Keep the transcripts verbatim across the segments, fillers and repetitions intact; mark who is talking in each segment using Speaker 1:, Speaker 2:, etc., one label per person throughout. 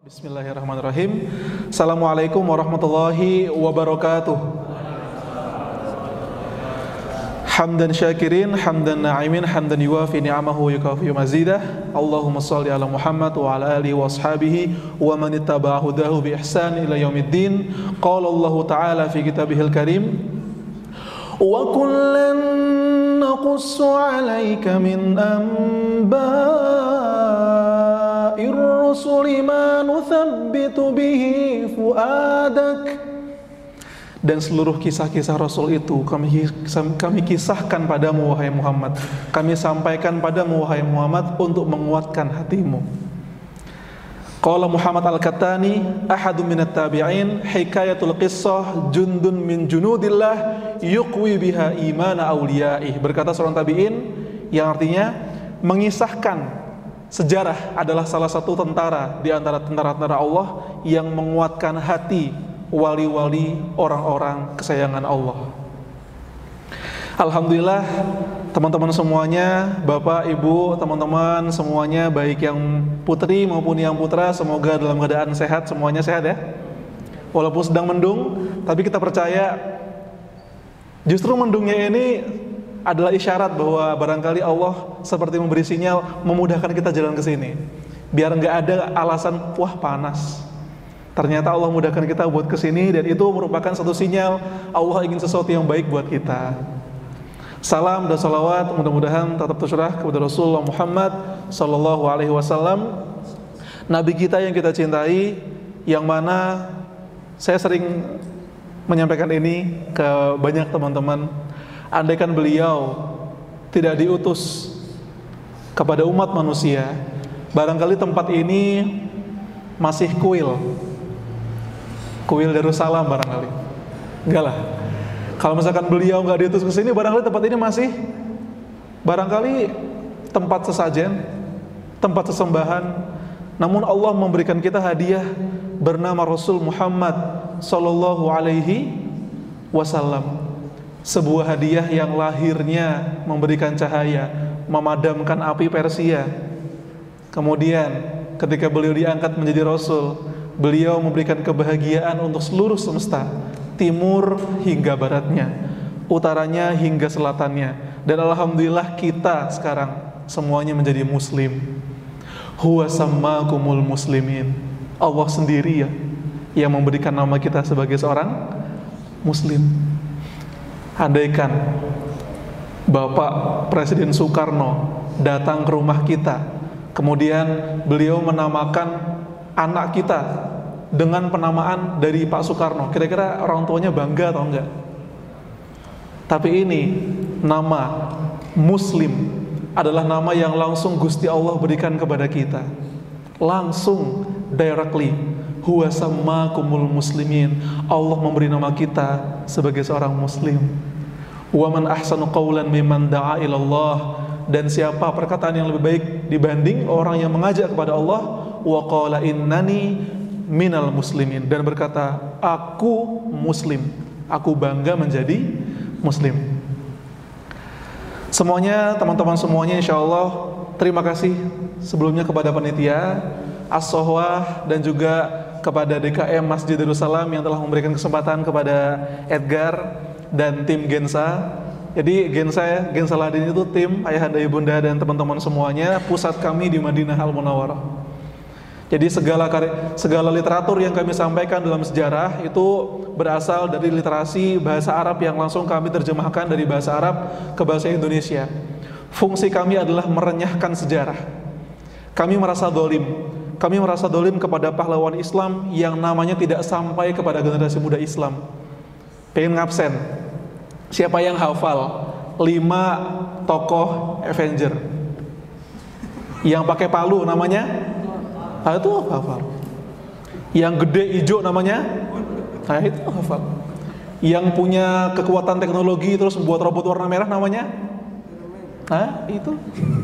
Speaker 1: Bismillahirrahmanirrahim. Assalamualaikum warahmatullahi wabarakatuh. Hamdan syakirin, hamdan na'imin, hamdan yuwafi ni'amahu wa yukafi mazidah. Allahumma salli ala Muhammad wa ala alihi wa ashabihi wa man ittaba'a hudahu bi ihsan ila yaumiddin. Qala Allah Ta'ala fi kitabihil karim, wa kullan naqussu 'alaika min anba'ir rusuli ma nuthabbitu bihi fuadak. Dan seluruh kisah-kisah Rasul itu kami kami kisahkan padamu wahai Muhammad. Kami sampaikan padamu wahai Muhammad untuk menguatkan hatimu. Qala Muhammad Al-Kattani, ahadu minat tabi'in, hikayatul qissah jundun min junudillah yuqwi biha imana awliyaih. Berkata seorang tabi'in yang artinya mengisahkan sejarah adalah salah satu tentara di antara tentara-tentara Allah yang menguatkan hati wali-wali orang-orang kesayangan Allah. Alhamdulillah teman-teman semuanya, Bapak, Ibu, teman-teman semuanya, baik yang putri maupun yang putra, semoga dalam keadaan sehat, semuanya sehat ya. Walaupun sedang mendung, tapi kita percaya justru mendungnya ini adalah isyarat bahwa barangkali Allah seperti memberi sinyal memudahkan kita jalan ke sini. Biar nggak ada alasan, wah panas. Ternyata Allah mudahkan kita buat kesini, dan itu merupakan satu sinyal Allah ingin sesuatu yang baik buat kita. Salam dan salawat mudah-mudahan tetap tercurah kepada Rasulullah Muhammad Sallallahu Alaihi Wasallam, Nabi kita yang kita cintai, yang mana saya sering menyampaikan ini ke banyak teman-teman. Andaikan beliau tidak diutus kepada umat manusia, barangkali tempat ini masih kuil. Kuil Darussalam barangkali. Enggak lah. Kalau misalkan beliau nggak diutus ke sini, barangkali tempat ini masih barangkali tempat sesajen, tempat sesembahan. Namun Allah memberikan kita hadiah bernama Rasul Muhammad Sallallahu Alaihi Wasallam. Sebuah hadiah yang lahirnya memberikan cahaya, memadamkan api Persia. Kemudian ketika beliau diangkat menjadi Rasul, beliau memberikan kebahagiaan untuk seluruh semesta, timur hingga baratnya, utaranya hingga selatannya. Dan alhamdulillah kita sekarang semuanya menjadi muslim. Huwa sammakumul muslimin. Allah sendiri ya yang memberikan nama kita sebagai seorang muslim. Andaikan Bapak Presiden Soekarno datang ke rumah kita, kemudian beliau menamakan anak kita dengan penamaan dari Pak Soekarno, kira-kira orang tuanya bangga atau enggak? Tapi ini nama Muslim adalah nama yang langsung Gusti Allah berikan kepada kita, langsung, directly. Huwa sammakumul muslimin. Allah memberi nama kita sebagai seorang muslim. Wa man ahsanu qawlan mimman da'a ilallah. Dan siapa perkataan yang lebih baik dibanding orang yang mengajak kepada Allah, wa qala innani minal muslimin, dan berkata aku muslim, aku bangga menjadi muslim. Semuanya, teman-teman semuanya, insyaallah terima kasih sebelumnya kepada panitia As-Sohwah dan juga kepada D K M Masjid Darussalam yang telah memberikan kesempatan kepada Edgar dan tim Gensa. Jadi Gensa, Gensa Ladin itu tim ayahanda ibunda dan teman-teman semuanya, pusat kami di Madinah Al-Munawwarah. Jadi segala karya, segala literatur yang kami sampaikan dalam sejarah itu berasal dari literasi bahasa Arab yang langsung kami terjemahkan dari bahasa Arab ke bahasa Indonesia. Fungsi kami adalah merenyahkan sejarah. Kami merasa dolim, kami merasa dolim kepada pahlawan Islam yang namanya tidak sampai kepada generasi muda Islam. Pengen ngabsen. Siapa yang hafal lima tokoh Avenger yang pakai palu namanya? Ah, itu hafal. Yang gede hijau namanya? Nah, itu hafal. Yang punya kekuatan teknologi terus membuat robot warna merah namanya? Nah, itu.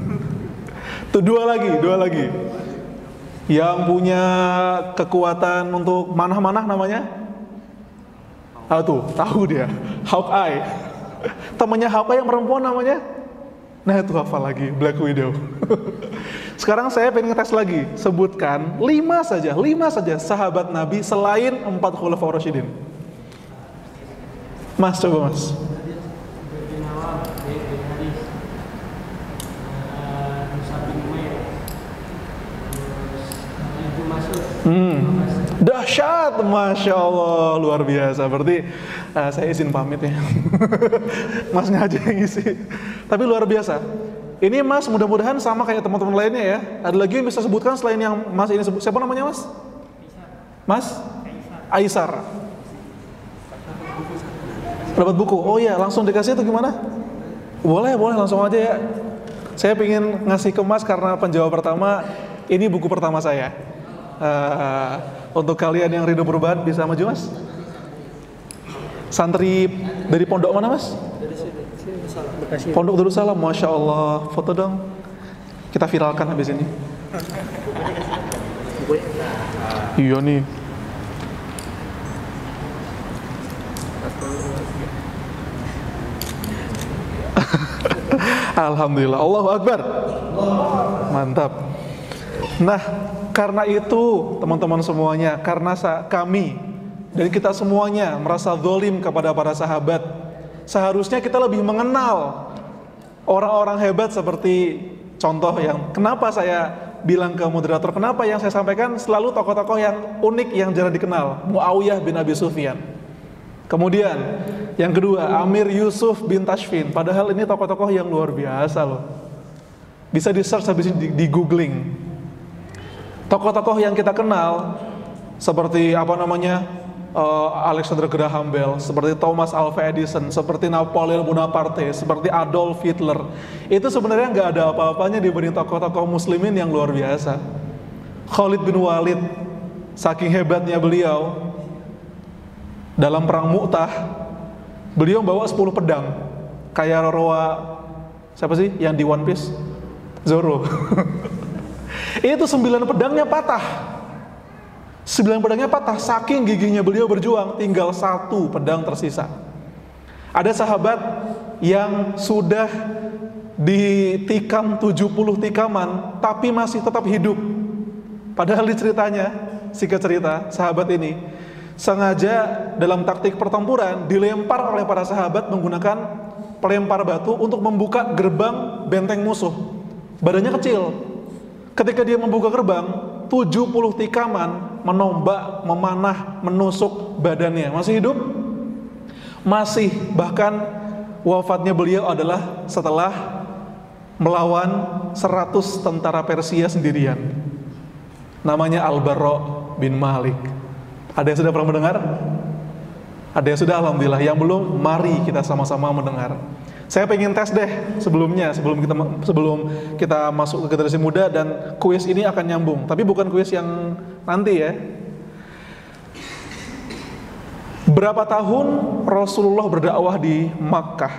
Speaker 1: Tuh dua lagi, dua lagi. Yang punya kekuatan untuk manah-manah namanya? Ah, tuh, tahu dia. Hawkeye. Temannya Hawkeye yang perempuan namanya? Nah itu hafal lagi, Black Widow. Sekarang saya pengen ngetes lagi. Sebutkan lima saja, lima saja sahabat Nabi selain empat khulafaur rasyidin. Mas, coba mas. Hmm, dahsyat, masya Allah, luar biasa. Berarti uh, saya izin pamit ya. Masnya aja yang isi. Tapi luar biasa. Ini mas, mudah-mudahan sama kayak teman-teman lainnya ya. Ada lagi yang bisa sebutkan selain yang mas ini sebut. Siapa namanya mas? Mas? Aisar. Dapat buku. Oh iya, langsung dikasih atau gimana? Boleh, boleh langsung aja ya. Saya pengen ngasih ke mas karena penjawab pertama. Ini buku pertama saya. Uh, untuk kalian yang rindu perubahan bisa maju mas. Santri dari pondok mana mas? Dari sini, Pondok Darussalam, masya Allah. Foto dong. Kita viralkan habis ini. Iya nih. Alhamdulillah, Allahu Akbar. Mantap. Nah, karena itu teman-teman semuanya, karena kami dan kita semuanya merasa zalim kepada para sahabat, seharusnya kita lebih mengenal orang-orang hebat seperti contoh yang kenapa saya bilang ke moderator, kenapa yang saya sampaikan selalu tokoh-tokoh yang unik yang jarang dikenal. Muawiyah bin Abi Sufyan. Kemudian yang kedua, Amir Yusuf bin Tashfin. Padahal ini tokoh-tokoh yang luar biasa loh. Bisa di search habis di, di googling. Tokoh-tokoh yang kita kenal seperti apa namanya uh, Alexander Graham Bell, seperti Thomas Alva Edison, seperti Napoleon Bonaparte, seperti Adolf Hitler. Itu sebenarnya nggak ada apa-apanya dibanding tokoh-tokoh muslimin yang luar biasa. Khalid bin Walid, saking hebatnya beliau dalam perang Mu'tah, beliau bawa sepuluh pedang kayak Roroa, siapa sih yang di One Piece? Zoro. Itu sembilan pedangnya patah. Sembilan pedangnya patah, saking gigihnya beliau berjuang, tinggal satu pedang tersisa. Ada sahabat yang sudah ditikam tujuh puluh tikaman, tapi masih tetap hidup. Padahal di ceritanya, singkat cerita, sahabat ini sengaja dalam taktik pertempuran dilempar oleh para sahabat menggunakan pelempar batu untuk membuka gerbang benteng musuh. Badannya kecil. Ketika dia membuka gerbang, tujuh puluh tikaman menombak, memanah, menusuk badannya. Masih hidup? Masih. Bahkan wafatnya beliau adalah setelah melawan seratus tentara Persia sendirian. Namanya Al-Barra bin Malik. Ada yang sudah pernah mendengar? Ada yang sudah, alhamdulillah. Yang belum, mari kita sama-sama mendengar. Saya pengen tes deh sebelumnya, sebelum kita sebelum kita masuk ke generasi muda, dan kuis ini akan nyambung. Tapi bukan kuis yang nanti ya. Berapa tahun Rasulullah berdakwah di Makkah?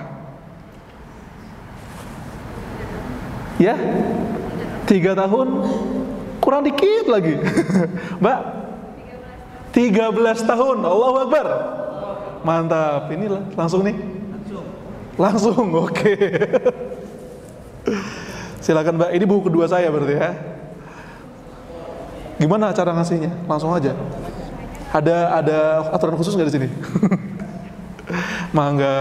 Speaker 1: Ya? Tiga tahun? Kurang dikit lagi. Mbak? Tiga belas tahun. Allahu Akbar. Mantap. Inilah langsung nih. Langsung, oke. Okay. Silakan Mbak, ini buku kedua saya berarti ya. Gimana cara ngasihnya? Langsung aja. Ada ada aturan khusus nggak di sini? Mangga.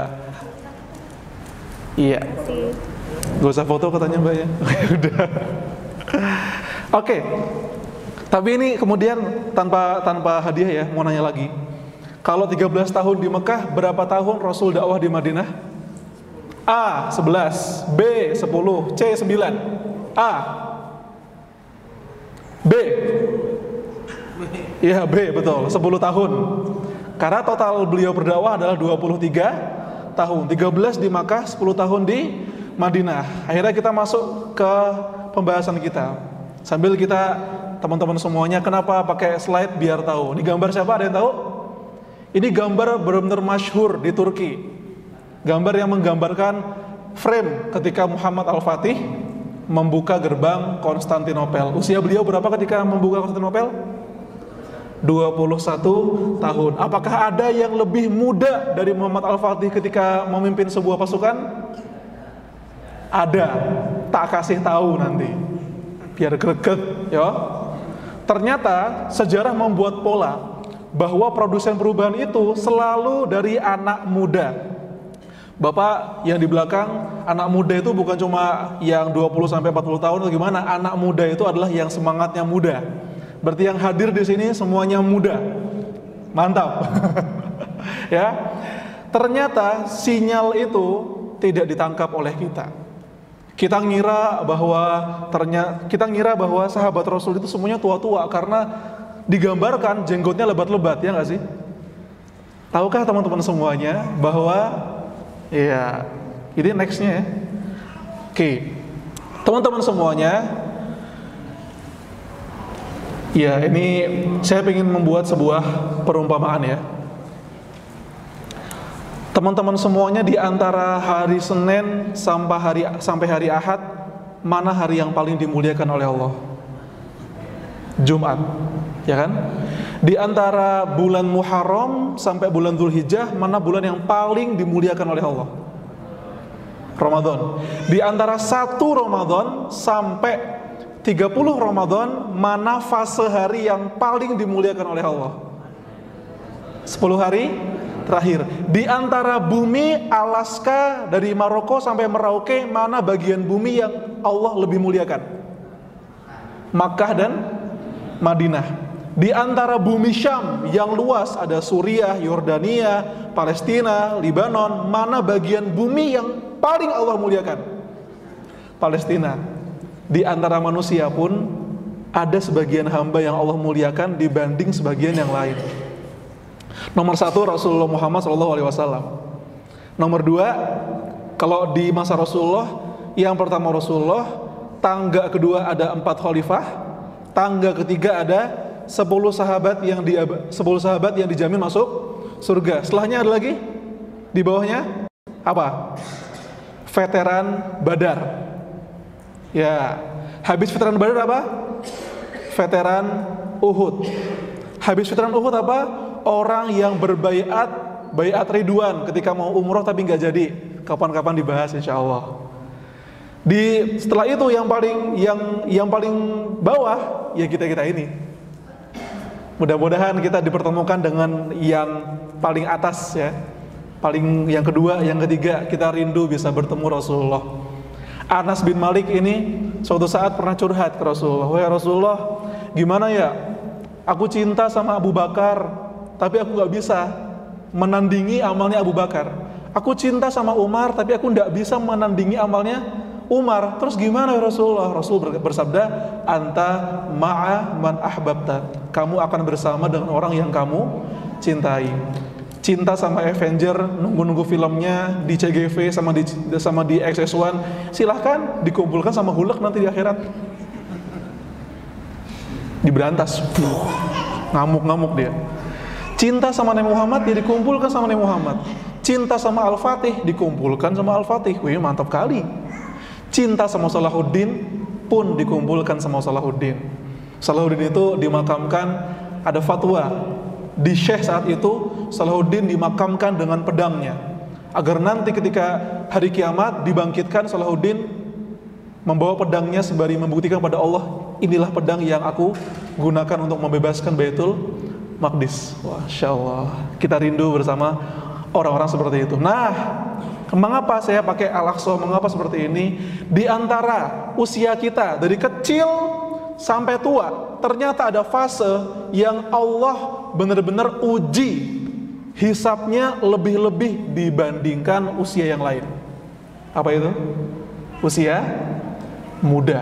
Speaker 1: Iya. Gak usah foto katanya Mbak ya. Udah. Oke. Okay. Tapi ini kemudian tanpa tanpa hadiah ya, mau nanya lagi. Kalau tiga belas tahun di Mekah, berapa tahun Rasul dakwah di Madinah? A. sebelas, B. sepuluh, C. sembilan. A. B. Iya, B, betul, sepuluh tahun. Karena total beliau berdakwah adalah dua puluh tiga tahun. tiga belas di Makkah, sepuluh tahun di Madinah. Akhirnya kita masuk ke pembahasan kita. Sambil kita, teman-teman semuanya, kenapa pakai slide biar tahu. Ini gambar siapa? Ada yang tahu? Ini gambar benar-benar masyhur di Turki. Gambar yang menggambarkan frame ketika Muhammad Al-Fatih membuka gerbang Konstantinopel. Usia beliau berapa ketika membuka Konstantinopel? dua puluh satu tahun. Apakah ada yang lebih muda dari Muhammad Al-Fatih ketika memimpin sebuah pasukan? Ada, tak kasih tahu nanti. Biar greget, ya. Ternyata sejarah membuat pola bahwa produsen perubahan itu selalu dari anak muda. Bapak yang di belakang, anak muda itu bukan cuma yang dua puluh sampai empat puluh tahun atau gimana. Anak muda itu adalah yang semangatnya muda. Berarti yang hadir di sini semuanya muda. Mantap. Ya. Ternyata sinyal itu tidak ditangkap oleh kita. Kita ngira bahwa ternyata kita ngira bahwa sahabat Rasul itu semuanya tua-tua karena digambarkan jenggotnya lebat-lebat, ya nggak sih? Tahukah teman-teman semuanya bahwa ya ini nextnya ya. Oke, teman-teman semuanya, ya ini saya ingin membuat sebuah perumpamaan ya. Teman-teman semuanya, di antara hari Senin sampai hari sampai hari Ahad, mana hari yang paling dimuliakan oleh Allah? Jumat, ya kan? Di antara bulan Muharram sampai bulan Dzulhijjah, mana bulan yang paling dimuliakan oleh Allah? Ramadan. Di antara satu Ramadan sampai tiga puluh Ramadan, mana fase hari yang paling dimuliakan oleh Allah? sepuluh hari terakhir. Di antara bumi Alaska dari Maroko sampai Merauke, mana bagian bumi yang Allah lebih muliakan? Makkah dan Madinah. Di antara bumi Syam yang luas, ada Suriah, Yordania, Palestina, Libanon, mana bagian bumi yang paling Allah muliakan? Palestina. Di antara manusia pun ada sebagian hamba yang Allah muliakan dibanding sebagian yang lain. Nomor satu Rasulullah Muhammad shallallahu alaihi wasallam. Nomor dua, kalau di masa Rasulullah, yang pertama Rasulullah, tangga kedua ada empat khalifah, tangga ketiga ada sepuluh sahabat yang di sepuluh sahabat yang dijamin masuk surga. Setelahnya ada lagi di bawahnya apa? Veteran Badar. Ya, habis veteran Badar apa? Veteran Uhud. Habis veteran Uhud apa? Orang yang berbaiat, baiat ridwan ketika mau umroh tapi nggak jadi. Kapan-kapan dibahas insya Allah. Di setelah itu yang paling yang yang paling bawah ya kita kita ini. Mudah-mudahan kita dipertemukan dengan yang paling atas ya. Paling yang kedua, yang ketiga, kita rindu bisa bertemu Rasulullah. Anas bin Malik ini suatu saat pernah curhat ke Rasulullah. Wahai Rasulullah, gimana ya? Aku cinta sama Abu Bakar, tapi aku gak bisa menandingi amalnya Abu Bakar. Aku cinta sama Umar, tapi aku gak bisa menandingi amalnya Umar. Terus gimana ya Rasulullah? Rasul bersabda, anta ma'a man ahbabta. Kamu akan bersama dengan orang yang kamu cintai. Cinta sama Avenger, nunggu-nunggu filmnya di C G V sama di sama di X S one, silahkan dikumpulkan sama Hulk nanti di akhirat. Diberantas, ngamuk-ngamuk dia. Cinta sama Nabi Muhammad, ya dikumpulkan sama Nabi Muhammad. Cinta sama Al-Fatih, dikumpulkan sama Al-Fatih. Wih, mantap kali. Cinta sama Salahuddin pun dikumpulkan sama Salahuddin. Salahuddin itu dimakamkan, ada fatwa di Syekh saat itu, Salahuddin dimakamkan dengan pedangnya, agar nanti ketika hari kiamat dibangkitkan, Salahuddin membawa pedangnya sembari membuktikan pada Allah, inilah pedang yang aku gunakan untuk membebaskan Baitul Maqdis. Masya Allah, kita rindu bersama orang-orang seperti itu. Nah, mengapa saya pakai Al-Aqsa, mengapa seperti ini? Di antara usia kita dari kecil sampai tua, ternyata ada fase yang Allah benar-benar uji hisabnya lebih-lebih dibandingkan usia yang lain. Apa itu? Usia muda.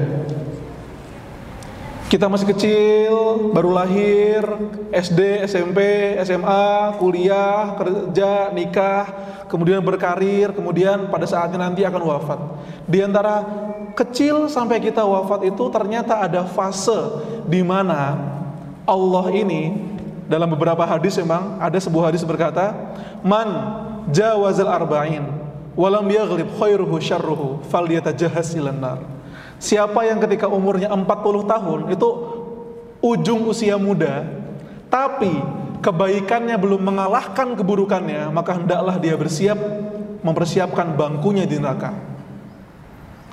Speaker 1: Kita masih kecil, baru lahir, S D, S M P, S M A, kuliah, kerja, nikah, kemudian berkarir, kemudian pada saatnya nanti akan wafat. Di antara kecil sampai kita wafat itu ternyata ada fase di mana Allah ini, dalam beberapa hadis memang ada sebuah hadis berkata, man jawazal arba'in walam yaghlib khairuhu syarruhu falyatajahhas ilan nar. Siapa yang ketika umurnya empat puluh tahun, itu ujung usia muda, tapi kebaikannya belum mengalahkan keburukannya, maka hendaklah dia bersiap mempersiapkan bangkunya di neraka.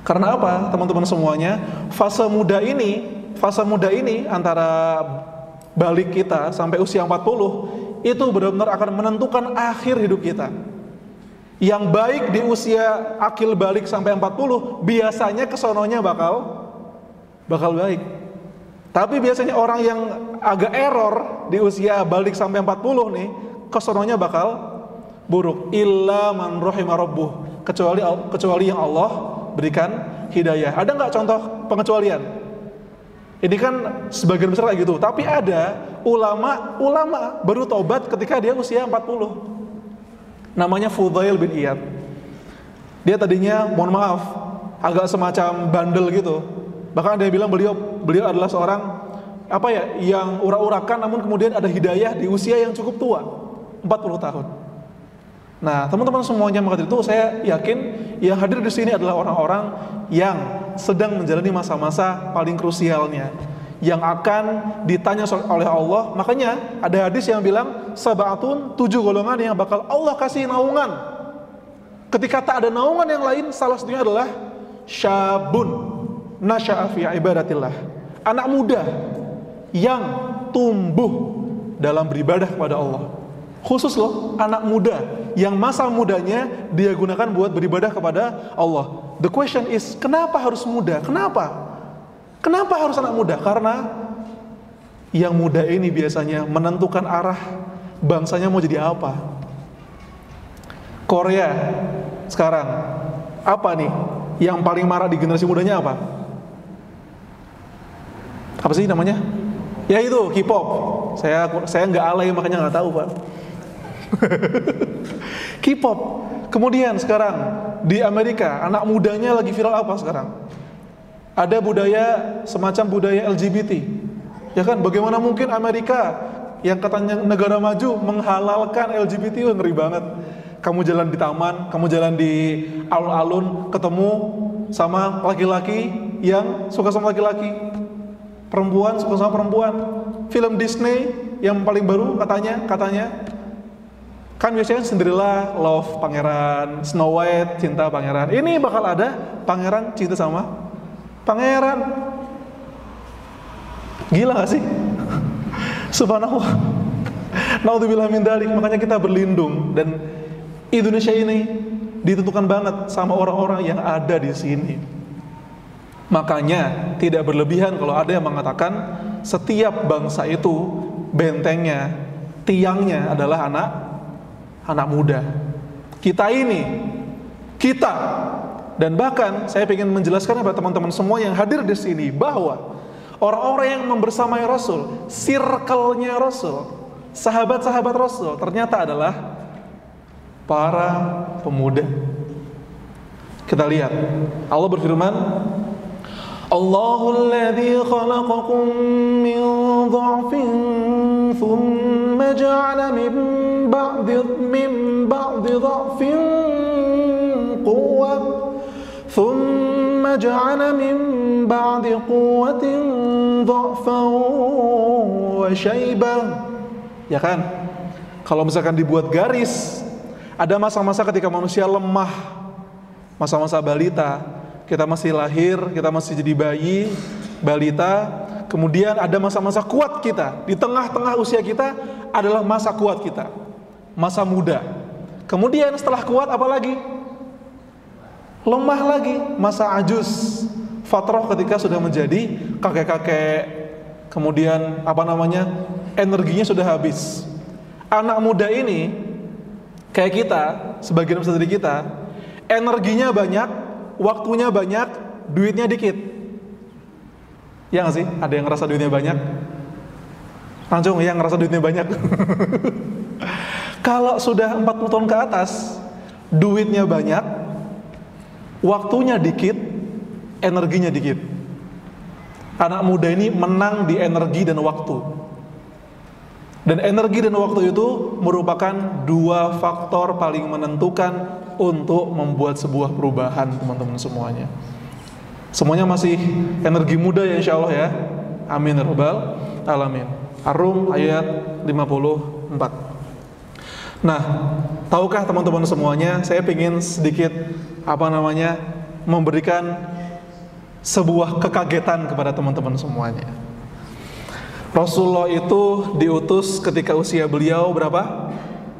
Speaker 1: Karena apa, teman-teman semuanya? Fase muda ini, fase muda ini antara balik kita sampai usia empat puluh, itu benar-benar akan menentukan akhir hidup kita. Yang baik di usia akil balik sampai empat puluh, biasanya kesononya bakal bakal baik. Tapi biasanya orang yang agak error di usia balik sampai empat puluh nih, kesononya bakal buruk. Illa man rahima rabbuh, kecuali kecuali yang Allah berikan hidayah. Ada nggak contoh pengecualian? Ini kan sebagian besar kayak gitu. Tapi ada ulama ulama baru tobat ketika dia usia empat puluh. Namanya Fudail bin Iyad. Dia tadinya, mohon maaf, agak semacam bandel gitu. Bahkan dia bilang beliau beliau adalah seorang apa ya, yang urak-urakan, namun kemudian ada hidayah di usia yang cukup tua, empat puluh tahun. Nah, teman-teman semuanya, maka itu saya yakin yang hadir di sini adalah orang-orang yang sedang menjalani masa-masa paling krusialnya, yang akan ditanya oleh Allah. Makanya ada hadis yang bilang sabatun, tujuh golongan yang bakal Allah kasih naungan. Ketika tak ada naungan yang lain, salah satunya adalah syabun nasya'a fi ibadatillah, anak muda yang tumbuh dalam beribadah kepada Allah. Khusus loh, anak muda yang masa mudanya dia gunakan buat beribadah kepada Allah. The question is, kenapa harus muda? Kenapa? Kenapa harus anak muda? Karena yang muda ini biasanya menentukan arah bangsanya mau jadi apa. Korea sekarang, apa nih yang paling marah di generasi mudanya apa? Apa sih namanya? Ya itu, K-pop. Saya saya nggak alay makanya nggak tahu, Pak. K-pop. Kemudian sekarang di Amerika, anak mudanya lagi viral apa sekarang? Ada budaya semacam budaya L G B T. Ya kan, bagaimana mungkin Amerika yang katanya negara maju menghalalkan L G B T? Ngeri banget. Kamu jalan di taman, kamu jalan di alun-alun, ketemu sama laki-laki yang suka sama laki-laki, perempuan suka sama perempuan. Film Disney yang paling baru katanya, katanya kan biasanya Cinderella, love pangeran, Snow White cinta pangeran. Ini bakal ada pangeran cinta sama pangeran. Gila gak sih? Subhanallah. Naudzubillah min dzalik. Makanya kita berlindung, dan Indonesia ini ditentukan banget sama orang-orang yang ada di sini. Makanya tidak berlebihan kalau ada yang mengatakan setiap bangsa itu bentengnya, tiangnya adalah anak anak muda. Kita ini, kita, dan bahkan saya ingin menjelaskan kepada teman-teman semua yang hadir di sini bahwa orang-orang yang membersamai Rasul, circle-nya Rasul, sahabat-sahabat Rasul, ternyata adalah para pemuda. Kita lihat, Allah berfirman, Allahul ladzi khalaqakum min dha'fin thumma ja'ala min ba'di min ba'di dha'fin quwwah thumma ja'ala min ba'di quwwatin dha'fan wa shaybah. Ya kan? Kalau misalkan dibuat garis, ada masa-masa ketika manusia lemah, masa-masa balita. Kita masih lahir, kita masih jadi bayi, balita. Kemudian ada masa-masa kuat kita. Di tengah-tengah usia kita adalah masa kuat kita, masa muda. Kemudian setelah kuat apa lagi? Lemah lagi, masa ajuz, fatrah ketika sudah menjadi kakek-kakek. Kemudian apa namanya? Energinya sudah habis. Anak muda ini kayak kita, sebagian besar dari kita, energinya banyak, waktunya banyak, duitnya dikit. Ya nggak sih? Ada yang ngerasa duitnya banyak? Langsung yang ngerasa duitnya banyak. Kalau sudah empat puluh tahun ke atas, duitnya banyak, waktunya dikit, energinya dikit. Anak muda ini menang di energi dan waktu. Dan energi dan waktu itu merupakan dua faktor paling menentukan untuk membuat sebuah perubahan, teman-teman semuanya. Semuanya masih energi muda ya, insya Allah ya. Amin ya rabbal alamin. Ar-Rum ayat lima puluh empat. Nah, tahukah teman-teman semuanya, saya ingin sedikit apa namanya memberikan sebuah kekagetan kepada teman-teman semuanya. Rasulullah itu diutus ketika usia beliau berapa?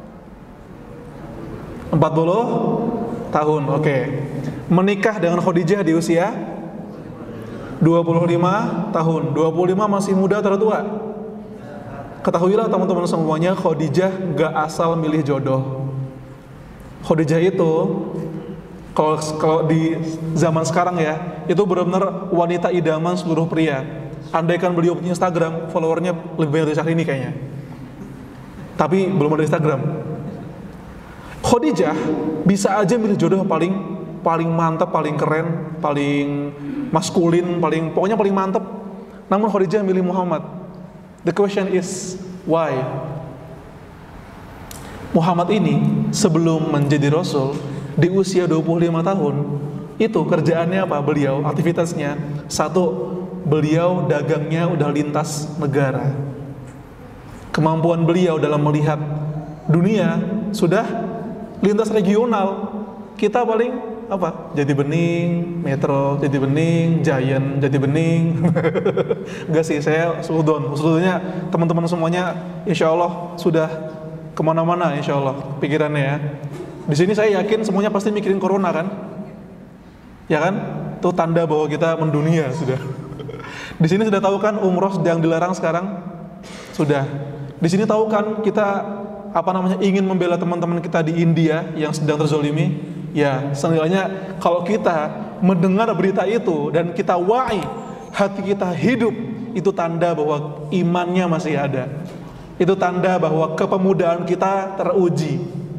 Speaker 1: empat puluh tahun, oke. Okay. Menikah dengan Khadijah di usia dua puluh lima tahun. dua puluh lima masih muda atau tua? Ketahuilah teman-teman semuanya, Khadijah gak asal milih jodoh. Khadijah itu kalau kalau di zaman sekarang ya, itu benar-benar wanita idaman seluruh pria. Andaikan beliau punya Instagram, followernya lebih banyak dari Syahrini kayaknya. Tapi belum ada Instagram. Khadijah bisa aja milih jodoh paling paling mantap, paling keren, paling maskulin, paling pokoknya paling mantap. Namun Khadijah milih Muhammad. The question is why? Muhammad ini sebelum menjadi Rasul di usia dua puluh lima tahun, itu kerjaannya apa? Beliau aktivitasnya satu, beliau dagangnya udah lintas negara. Kemampuan beliau dalam melihat dunia sudah lintas regional. Kita paling apa? Jati Bening, Metro, Jati Bening, Giant, Jati Bening. Enggak sih, saya sudon. Sebetulnya teman-teman semuanya insya Allah sudah kemana-mana insya Allah pikirannya ya. Di sini saya yakin semuanya pasti mikirin corona kan? Ya kan? Itu tanda bahwa kita mendunia sudah. Di sini sudah tahu kan umroh yang dilarang sekarang? Sudah. Di sini tahu kan kita apa namanya ingin membela teman-teman kita di India yang sedang terzolimi? Ya, seenggaknya kalau kita mendengar berita itu dan kita wa'i, hati kita hidup, itu tanda bahwa imannya masih ada. Itu tanda bahwa kepemudaan kita teruji.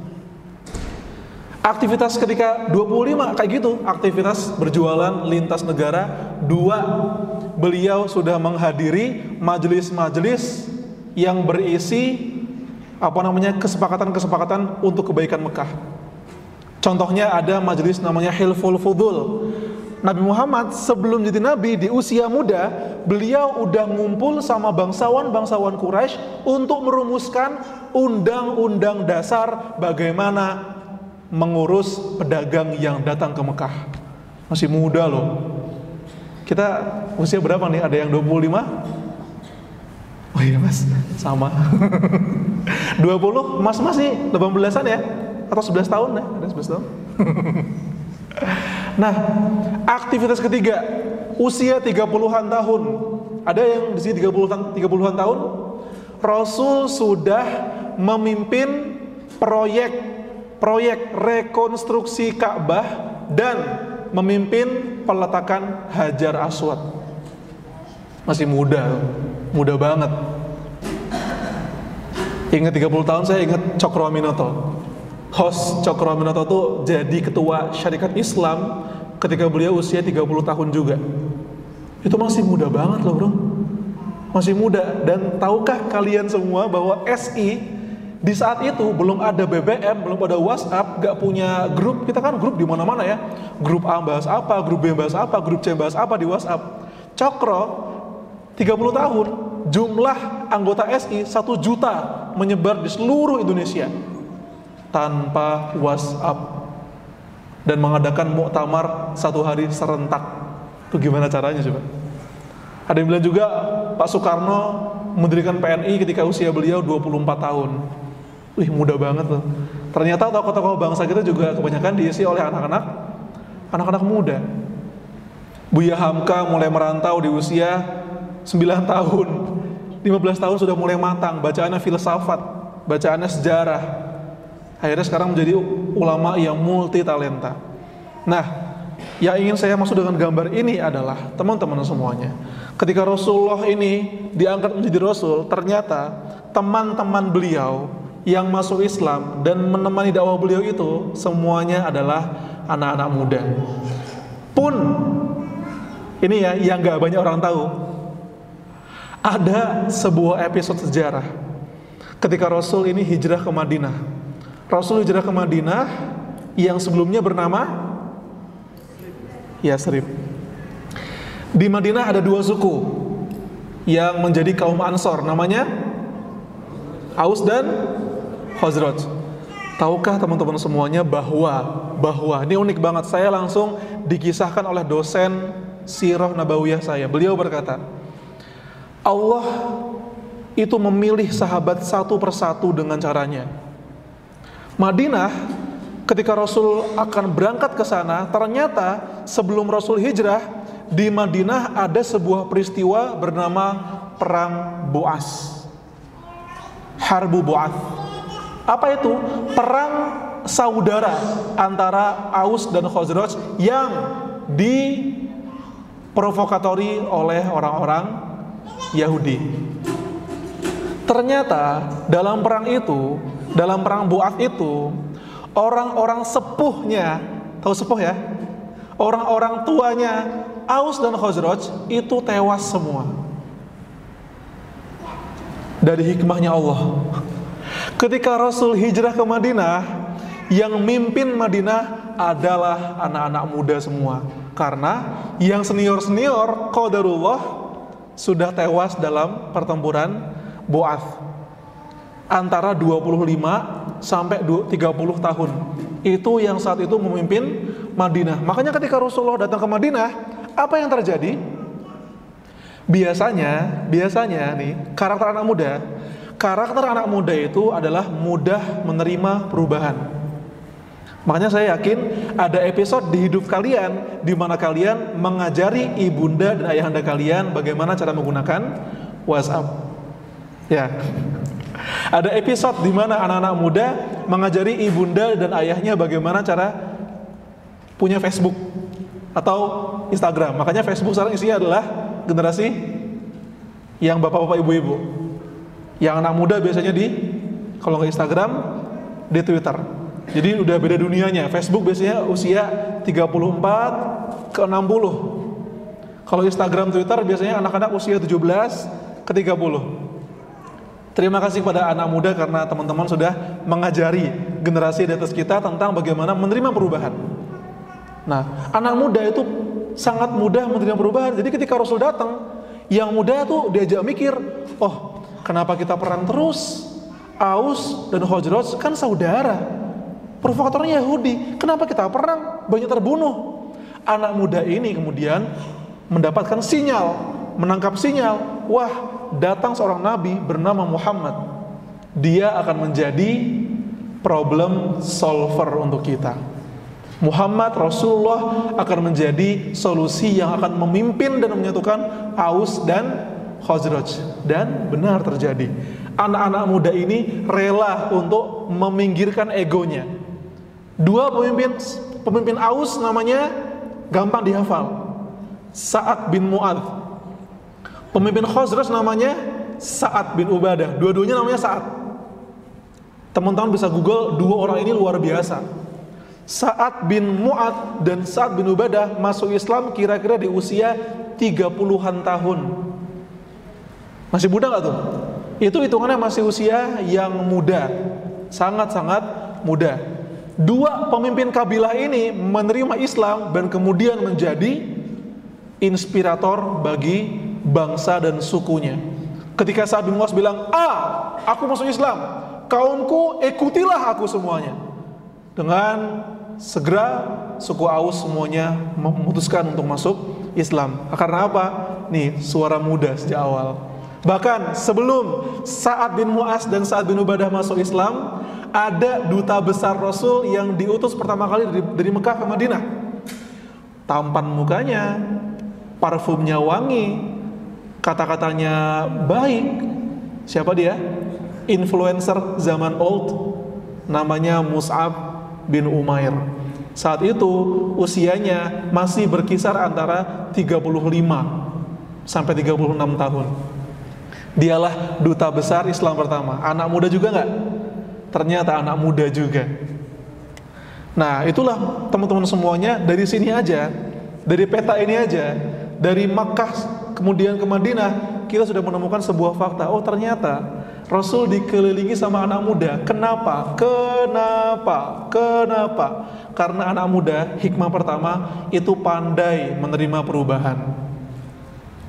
Speaker 1: Aktivitas ketika dua puluh lima kayak gitu, aktivitas berjualan lintas negara. Dua, beliau sudah menghadiri majelis-majelis yang berisi apa namanya kesepakatan-kesepakatan untuk kebaikan Mekah. Contohnya ada majelis namanya Hilful Fudul. Nabi Muhammad sebelum jadi nabi di usia muda, beliau udah ngumpul sama bangsawan-bangsawan Quraisy untuk merumuskan undang-undang dasar bagaimana mengurus pedagang yang datang ke Mekah. Masih muda loh. Kita usia berapa nih? Ada yang dua puluh lima? Oh iya mas, sama. dua puluh, mas masih delapan belasan ya? Atau sebelas tahun ya? Ada sebelas tahun. Nah, aktivitas ketiga, usia tiga puluhan tahun. Ada yang di sini tiga puluhan tahun. Rasul sudah memimpin proyek proyek rekonstruksi Ka'bah dan memimpin peletakan Hajar Aswad. Masih muda, muda banget. Ingat tiga puluh tahun, saya ingat Cokro Aminoto. Host Cokro Aminoto tuh jadi ketua syarikat Islam ketika beliau usia tiga puluh tahun juga. Itu masih muda banget loh bro. Masih muda. Dan tahukah kalian semua bahwa S I di saat itu belum ada B B M, belum ada WhatsApp, gak punya grup. Kita kan grup di mana-mana ya. Grup A bahas apa, grup B bahas apa, grup C bahas apa di WhatsApp. Cokro tiga puluh tahun, jumlah anggota S I satu juta menyebar di seluruh Indonesia tanpa WhatsApp dan mengadakan muktamar satu hari serentak. Itu gimana caranya coba? Ada yang bilang juga Pak Soekarno mendirikan P N I ketika usia beliau dua puluh empat tahun. Wih, muda banget loh. Ternyata tokoh-tokoh bangsa kita juga kebanyakan diisi oleh anak-anak anak-anak muda. Buya Hamka mulai merantau di usia sembilan tahun. lima belas tahun sudah mulai matang, bacaannya filsafat, bacaannya sejarah. Akhirnya sekarang menjadi ulama yang multi talenta. Nah, yang ingin saya maksud dengan gambar ini adalah teman-teman semuanya, ketika Rasulullah ini diangkat menjadi Rasul, ternyata teman-teman beliau yang masuk Islam dan menemani dakwah beliau itu semuanya adalah anak-anak muda. Pun ini ya yang gak banyak orang tahu, ada sebuah episode sejarah ketika Rasul ini hijrah ke Madinah. Rasul hijrah ke Madinah yang sebelumnya bernama Yasrib. Di Madinah ada dua suku yang menjadi kaum Ansor, namanya Aus dan Khazraj. Tahukah teman-teman semuanya bahwa bahwa ini unik banget, saya langsung dikisahkan oleh dosen Sirah Nabawiyah saya. Beliau berkata, Allah itu memilih sahabat satu persatu dengan caranya. Madinah, ketika Rasul akan berangkat ke sana, ternyata sebelum Rasul hijrah, di Madinah ada sebuah peristiwa bernama Perang Bu'as, Harbu Bu'ath. Apa itu? Perang saudara antara Aus dan Khazraj yang diprovokatori oleh orang-orang Yahudi. Ternyata dalam perang itu, dalam perang Bu'ath itu, orang-orang sepuhnya, tahu sepuh ya? Orang-orang tuanya Aus dan Khazraj itu tewas semua. Dari hikmahnya Allah, ketika Rasul hijrah ke Madinah, yang mimpin Madinah adalah anak-anak muda semua. Karena yang senior-senior, qadarullah, sudah tewas dalam pertempuran Bu'ath. Antara dua puluh lima sampai tiga puluh tahun. Itu yang saat itu memimpin Madinah. Makanya ketika Rasulullah datang ke Madinah, apa yang terjadi? Biasanya, biasanya nih, karakter anak muda, karakter anak muda itu adalah mudah menerima perubahan. Makanya saya yakin ada episode di hidup kalian di mana kalian mengajari ibunda dan ayahanda kalian bagaimana cara menggunakan WhatsApp. Ya. Ada episode di mana anak-anak muda mengajari ibunda dan ayahnya bagaimana cara punya Facebook atau Instagram. Makanya Facebook sekarang isinya adalah generasi yang bapak-bapak ibu-ibu. Yang anak muda biasanya di, kalau nggak Instagram, di Twitter. Jadi udah beda dunianya. Facebook biasanya usia tiga puluh empat ke enam puluh. Kalau Instagram, Twitter biasanya anak-anak usia tujuh belas ke tiga puluh. Terima kasih kepada anak muda karena teman-teman sudah mengajari generasi di atas kita tentang bagaimana menerima perubahan. Nah, anak muda itu sangat mudah menerima perubahan. Jadi ketika Rasul datang, yang muda tuh diajak mikir, oh, kenapa kita perang terus? Aus dan Khazraj kan saudara, provokatornya Yahudi. Kenapa kita perang? Banyak terbunuh. Anak muda ini kemudian mendapatkan sinyal, menangkap sinyal, wah, datang seorang nabi bernama Muhammad. Dia akan menjadi problem solver untuk kita. Muhammad Rasulullah akan menjadi solusi yang akan memimpin dan menyatukan Aus dan Khazraj. Dan benar terjadi. Anak-anak muda ini rela untuk meminggirkan egonya. Dua pemimpin pemimpin Aus namanya gampang dihafal, Sa'ad bin Mu'adz. Pemimpin Khazraj namanya Sa'ad bin Ubadah. Dua-duanya namanya Sa'ad. Teman-teman bisa Google, dua orang ini luar biasa. Sa'ad bin Mu'adz dan Sa'ad bin Ubadah masuk Islam kira-kira di usia tiga puluhan tahun. Masih muda gak tuh? Itu hitungannya masih usia yang muda, sangat-sangat muda. Dua pemimpin kabilah ini menerima Islam dan kemudian menjadi inspirator bagi bangsa dan sukunya. Ketika Sa'ad bin Mu'adz bilang, ah, aku masuk Islam, kaumku ikutilah aku semuanya. Dengan segera suku Aus semuanya memutuskan untuk masuk Islam. Karena apa? Nih, suara muda sejak awal. Bahkan sebelum Sa'ad bin Mu'adz dan Sa'ad bin Ubadah masuk Islam, ada duta besar Rasul yang diutus pertama kali dari, dari Mekah ke Madinah. Tampan mukanya, parfumnya wangi, kata-katanya baik. Siapa dia? Influencer zaman old, namanya Mus'ab bin Umair. Saat itu usianya masih berkisar antara tiga puluh lima sampai tiga puluh enam tahun. Dialah duta besar Islam pertama. Anak muda juga nggak? Ternyata anak muda juga. Nah, itulah teman-teman semuanya, dari sini aja, dari peta ini aja, dari Makkah kemudian ke Madinah, kita sudah menemukan sebuah fakta. Oh, ternyata Rasul dikelilingi sama anak muda. Kenapa? Kenapa? Kenapa? Karena anak muda, hikmah pertama, itu pandai menerima perubahan.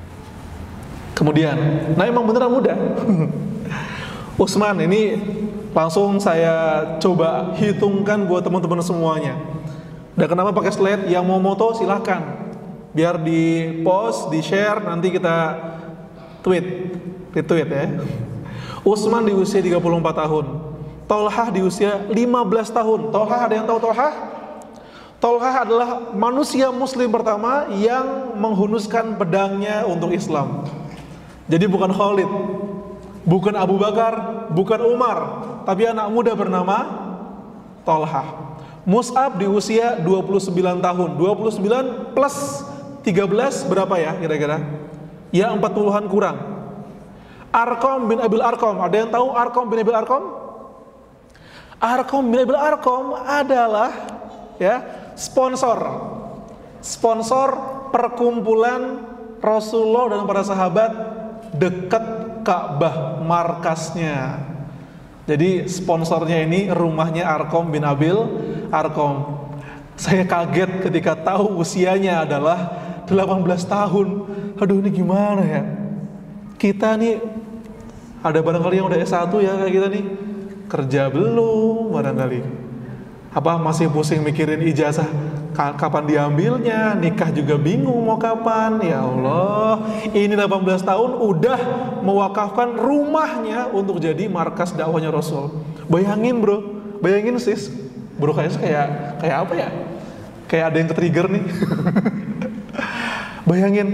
Speaker 1: Kemudian, nah emang beneran muda. Utsman ini Langsung saya coba hitungkan buat teman-teman semuanya. Dan kenapa pakai slide? Yang mau moto silahkan, biar di post, di share, nanti kita tweet, retweet ya. Utsman di usia tiga puluh empat tahun, Tolhah di usia lima belas tahun. Tolhah, ada yang tahu Tolhah? Tolhah adalah manusia muslim pertama yang menghunuskan pedangnya untuk Islam. Jadi bukan Khalid, bukan Abu Bakar, bukan Umar, tapi anak muda bernama Tolhah. Mus'ab di usia dua puluh sembilan tahun. Dua puluh sembilan plus tiga belas berapa ya kira-kira? Ya empat puluhan kurang. Arqam bin Abil Arqam, ada yang tahu Arqam bin Abil Arqam? Arqam bin Abil Arqam adalah ya sponsor sponsor perkumpulan Rasulullah dan para sahabat dekat Ka'bah, markasnya. Jadi sponsornya ini rumahnya Arqam bin Abil Arqam. Saya kaget ketika tahu usianya adalah delapan belas tahun. Aduh, ini gimana ya? Kita nih ada barangkali yang udah S satu ya kayak kita nih. Kerja belum barangkali. Apa masih pusing mikirin ijazah kapan diambilnya, nikah juga bingung mau kapan. Ya Allah, ini delapan belas tahun udah mewakafkan rumahnya untuk jadi markas dakwahnya Rasul. Bayangin bro, bayangin sis, bro kayaknya kayak kayak apa ya? Kayak ada yang ke-trigger nih. Bayangin,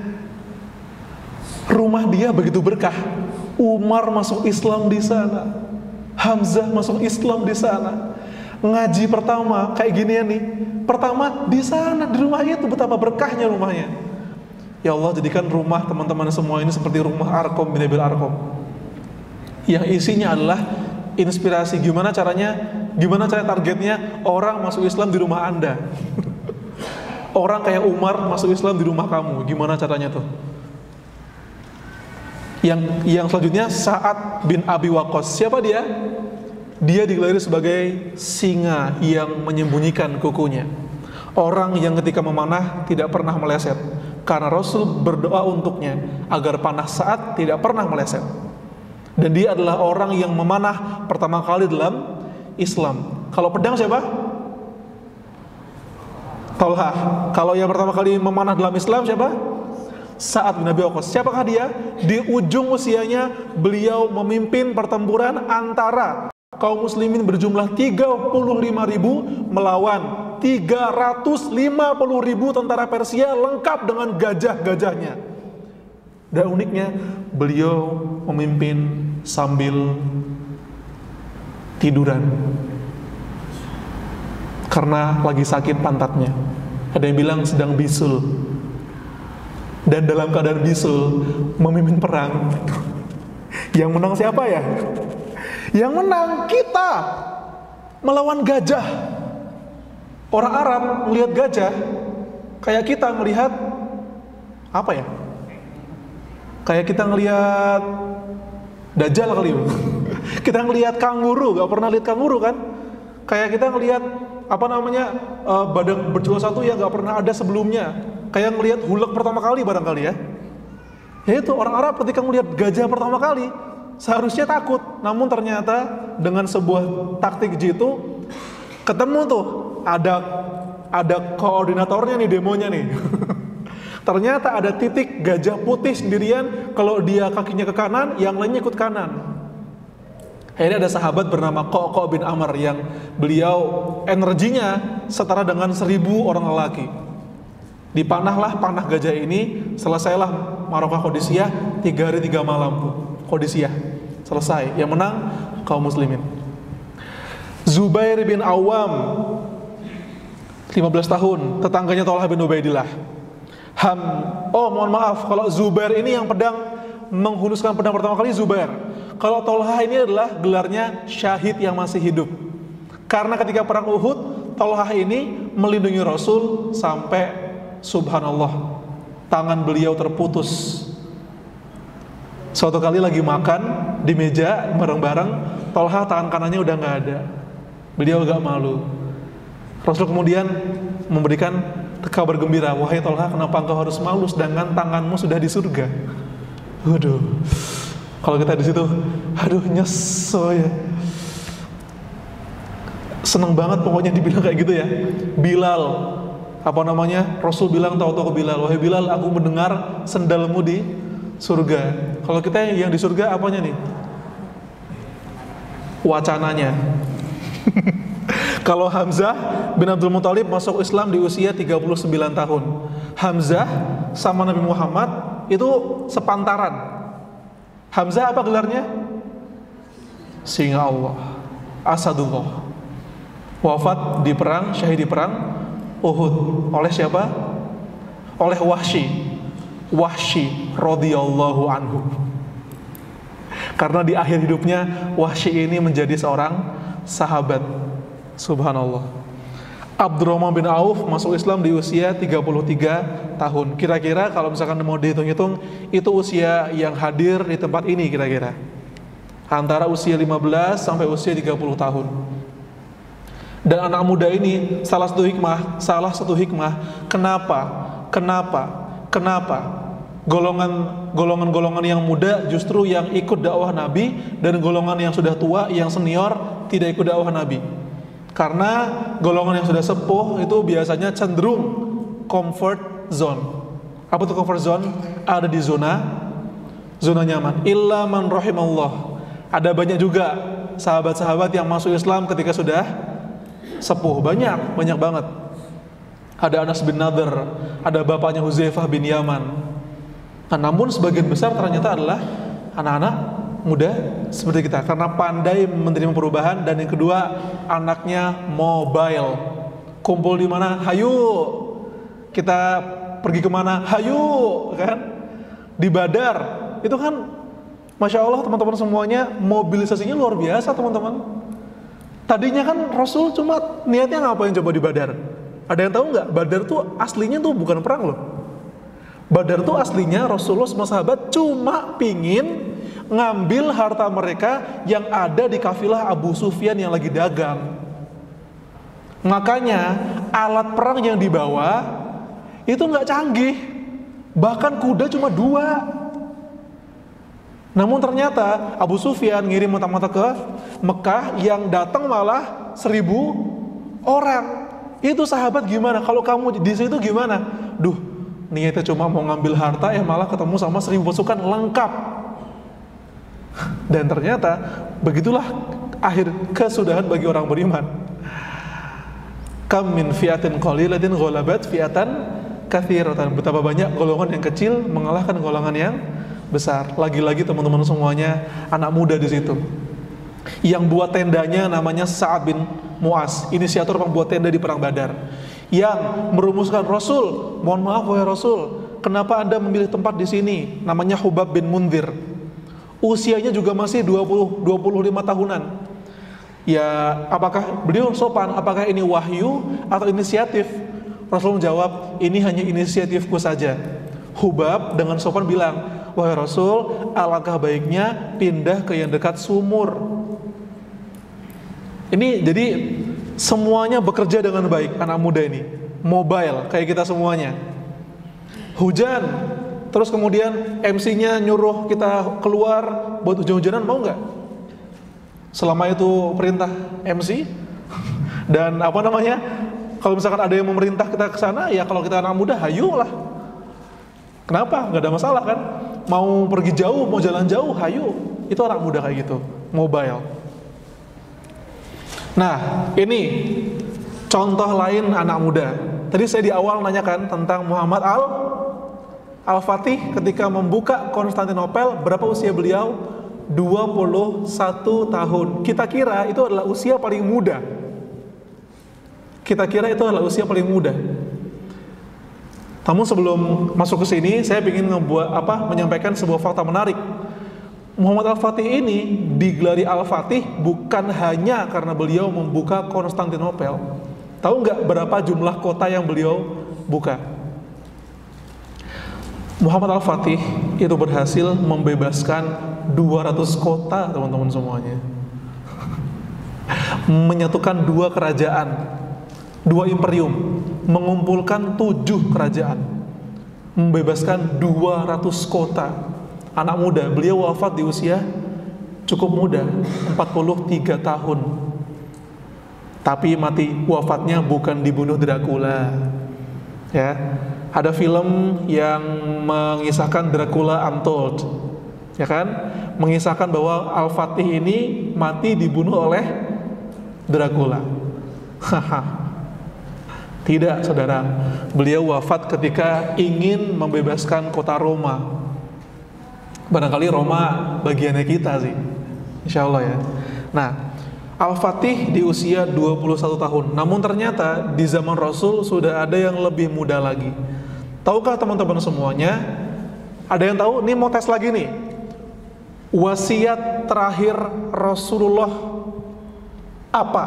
Speaker 1: rumah dia begitu berkah. Umar masuk Islam di sana, Hamzah masuk Islam di sana. Ngaji pertama kayak gini ya nih, pertama di sana, di rumah itu, betapa berkahnya rumahnya. Ya Allah, jadikan rumah teman-teman semua ini seperti rumah Arqam bin Abil Arqam, yang isinya adalah inspirasi gimana caranya, gimana cara targetnya orang masuk Islam di rumah Anda. Orang kayak Umar masuk Islam di rumah kamu, gimana caranya tuh? Yang yang selanjutnya Sa'ad bin Abi Waqqas. Siapa dia? Dia digelari sebagai singa yang menyembunyikan kukunya. Orang yang ketika memanah tidak pernah meleset, karena Rasul berdoa untuknya agar panah Sa'ad tidak pernah meleset. Dan dia adalah orang yang memanah pertama kali dalam Islam. Kalau pedang siapa? Tolhah. Kalau yang pertama kali memanah dalam Islam siapa? Sa'ad bin Abi Waqqas. Siapakah dia? Di ujung usianya beliau memimpin pertempuran antara kaum muslimin berjumlah tiga puluh lima ribu melawan tiga ratus lima puluh ribu tentara Persia lengkap dengan gajah-gajahnya. Dan uniknya beliau memimpin sambil tiduran karena lagi sakit pantatnya. Ada yang bilang sedang bisul. Dan dalam keadaan bisul memimpin perang. Yang menang siapa ya? Yang menang kita melawan gajah. Orang Arab melihat gajah kayak kita melihat apa ya? Kayak kita ngelihat dajjal kali. Kita ngelihat kanguru, gak pernah lihat kanguru kan? Kayak kita ngelihat apa namanya uh, badak berjiwa satu yang gak pernah ada sebelumnya. Kayak ngelihat hulek pertama kali barangkali ya. Yaitu orang Arab ketika ngelihat gajah pertama kali seharusnya takut, namun ternyata dengan sebuah taktik jitu ketemu tuh ada ada koordinatornya nih, demonya nih. Ternyata ada titik gajah putih sendirian, kalau dia kakinya ke kanan, yang lainnya ikut kanan. Akhirnya ada sahabat bernama Qaqqa bin Amr yang beliau energinya setara dengan seribu orang lelaki. Dipanahlah panah gajah ini, selesailah Marokah Qadisiyah tiga hari tiga malam tuh. Qadisiyah selesai, yang menang kaum muslimin. Zubair bin Awam lima belas tahun, tetangganya Tolhah bin Ubaidillah. Ham, oh mohon maaf, kalau Zubair ini yang pedang menghunuskan pedang pertama kali Zubair. Kalau Tolhah ini adalah gelarnya syahid yang masih hidup. Karena ketika perang Uhud, Tolhah ini melindungi Rasul sampai subhanallah tangan beliau terputus. Suatu kali lagi makan di meja bareng-bareng, Tolhah tangan kanannya udah nggak ada. Beliau agak malu. Rasul kemudian memberikan kabar gembira, wahai Tolhah, kenapa engkau harus malu sedangkan tanganmu sudah di surga? Waduh, kalau kita di situ, aduh nyesel ya. seneng banget pokoknya dibilang kayak gitu ya. Bilal, apa namanya, Rasul bilang tahu-tahu ke Bilal, wahai Bilal, aku mendengar sendalmu di surga. Kalau kita yang di surga apanya nih? Wacananya. Kalau Hamzah bin Abdul Muthalib masuk Islam di usia tiga puluh sembilan tahun. Hamzah sama Nabi Muhammad itu sepantaran. Hamzah apa gelarnya? Singa Allah, Asadullah. Wafat di perang, syahid di perang Uhud. Oleh siapa? Oleh Wahsy. Wahsy radhiyallahu anhu. Karena di akhir hidupnya Wahsy ini menjadi seorang sahabat. Subhanallah. Abdurrahman bin Auf masuk Islam di usia tiga puluh tiga tahun. Kira-kira kalau misalkan mau dihitung-hitung, itu usia yang hadir di tempat ini kira-kira antara usia lima belas sampai usia tiga puluh tahun. Dan anak muda ini salah satu hikmah, salah satu hikmah kenapa, kenapa, kenapa golongan golongan-golongan yang muda justru yang ikut dakwah Nabi, dan golongan yang sudah tua, yang senior tidak ikut dakwah Nabi. Karena golongan yang sudah sepuh itu biasanya cenderung comfort zone. Apa itu comfort zone? Ada di zona zona nyaman. Illa man rahimallah. Ada banyak juga sahabat-sahabat yang masuk Islam ketika sudah sepuh. Banyak, banyak banget. Ada Anas bin Nadhr, ada bapaknya Huzaifah bin Yaman. Nah, namun sebagian besar ternyata adalah anak-anak muda seperti kita, karena pandai menerima perubahan, dan yang kedua anaknya mobile. Kumpul di mana? Hayu. Kita pergi kemana? Hayu, kan? Di Badar. Itu kan, masya Allah teman-teman semuanya, mobilisasinya luar biasa teman-teman. Tadinya kan Rasul cuma niatnya ngapain coba di Badar? Ada yang tahu nggak? Badar tuh aslinya tuh bukan perang loh. Badar tuh aslinya Rasulullah sama sahabat cuma pingin ngambil harta mereka yang ada di kafilah Abu Sufyan yang lagi dagang. Makanya alat perang yang dibawa itu nggak canggih, bahkan kuda cuma dua. Namun ternyata Abu Sufyan ngirim mata-mata ke Mekah, yang datang malah seribu orang. Itu sahabat gimana? Kalau kamu di situ gimana? Duh, niatnya cuma mau ngambil harta, ya malah ketemu sama seribu pasukan lengkap. Dan ternyata begitulah akhir kesudahan bagi orang beriman. Kam min fi'atin qalilatin ghalabat fi'atan katsiratan. Betapa banyak golongan yang kecil mengalahkan golongan yang besar. Lagi-lagi teman-teman semuanya anak muda di situ. Yang buat tendanya namanya Sa'ad bin Mu'az, inisiator pembuat tenda di perang Badar. Yang merumuskan, Rasul, mohon maaf wahai Rasul, kenapa Anda memilih tempat di sini? Namanya Hubab bin Munzir. Usianya juga masih dua puluh dua puluh lima tahunan. Ya, apakah beliau sopan? Apakah ini wahyu atau inisiatif? Rasul menjawab, ini hanya inisiatifku saja. Hubab dengan sopan bilang, wahai Rasul, alangkah baiknya pindah ke yang dekat sumur. Ini jadi semuanya bekerja dengan baik, anak muda ini. Mobile, kayak kita semuanya. Hujan, terus kemudian M C-nya nyuruh kita keluar buat hujan-hujanan, mau nggak? Selama itu perintah M C. Dan apa namanya, kalau misalkan ada yang memerintah kita ke sana, ya kalau kita anak muda, hayu lah. Kenapa? Nggak ada masalah kan? Mau pergi jauh, mau jalan jauh, hayu. Itu anak muda kayak gitu, mobile. Nah, ini contoh lain anak muda. Tadi saya di awal nanyakan tentang Muhammad al Al-Fatih ketika membuka Konstantinopel, berapa usia beliau? dua puluh satu tahun. Kita kira itu adalah usia paling muda. Kita kira itu adalah usia paling muda. Namun sebelum masuk ke sini, saya ingin ngebuat apa? Menyampaikan sebuah fakta menarik. Muhammad Al-Fatih ini digelari Al-Fatih bukan hanya karena beliau membuka Konstantinopel. Tahu nggak berapa jumlah kota yang beliau buka? Muhammad Al-Fatih itu berhasil membebaskan dua ratus kota, teman-teman semuanya. Menyatukan dua kerajaan, dua imperium, mengumpulkan tujuh kerajaan, membebaskan dua ratus kota. Anak muda, beliau wafat di usia cukup muda, empat puluh tiga tahun. tapi mati wafatnya bukan dibunuh Dracula. Ya, ada film yang mengisahkan Dracula Untold, ya kan, mengisahkan bahwa Al-Fatih ini mati dibunuh oleh Dracula. Tidak, saudara, beliau wafat ketika ingin membebaskan kota Roma. Barangkali Roma bagiannya kita sih, insya Allah ya. Nah, Al-Fatih di usia dua puluh satu tahun. Namun ternyata di zaman Rasul sudah ada yang lebih muda lagi. Tahukah teman-teman semuanya? Ada yang tahu? Ini mau tes lagi nih. Wasiat terakhir Rasulullah apa?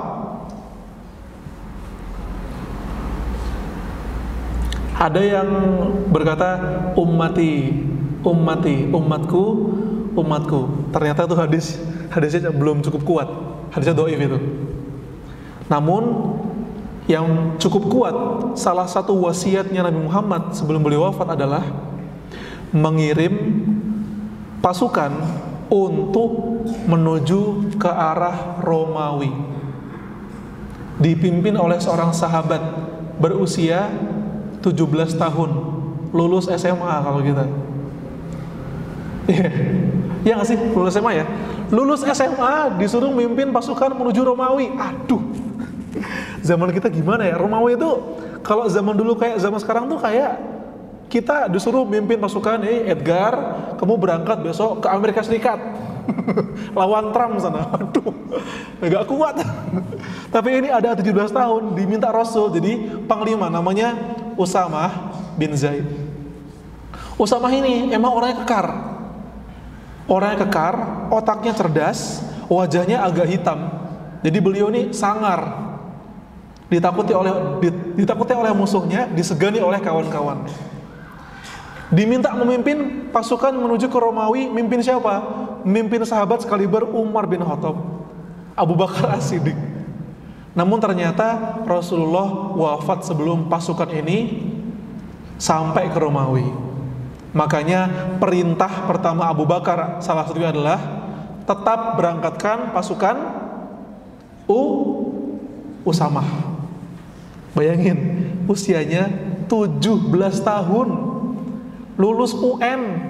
Speaker 1: Ada yang berkata ummati, ummati, umatku, umatku. Ternyata itu hadis hadisnya belum cukup kuat. Hadisnya dhaif itu. Namun yang cukup kuat, salah satu wasiatnya Nabi Muhammad sebelum beliau wafat adalah mengirim pasukan untuk menuju ke arah Romawi, dipimpin oleh seorang sahabat berusia tujuh belas tahun, lulus S M A kalau kita. Iya, ya nggak sih, lulus S M A ya? Lulus S M A disuruh mimpin pasukan menuju Romawi. Aduh, zaman kita gimana ya? Romawi itu kalau zaman dulu kayak zaman sekarang tuh kayak kita disuruh mimpin pasukan, eh Edgar, kamu berangkat besok ke Amerika Serikat lawan Trump sana. Aduh, nggak kuat. Tapi ini ada tujuh belas tahun diminta Rasul jadi panglima, namanya Usamah bin Zaid. Usamah ini emang orangnya kekar, orangnya kekar, otaknya cerdas, wajahnya agak hitam. Jadi beliau ini sangar, ditakuti oleh ditakuti oleh musuhnya, disegani oleh kawan-kawan. Diminta memimpin pasukan menuju ke Romawi, mimpin siapa? Mimpin sahabat sekaliber Umar bin Khattab, Abu Bakar As-Siddiq. Namun ternyata Rasulullah wafat sebelum pasukan ini sampai ke Romawi. Makanya perintah pertama Abu Bakar salah satunya adalah tetap berangkatkan pasukan U Usamah. Bayangin, usianya tujuh belas tahun, lulus U N.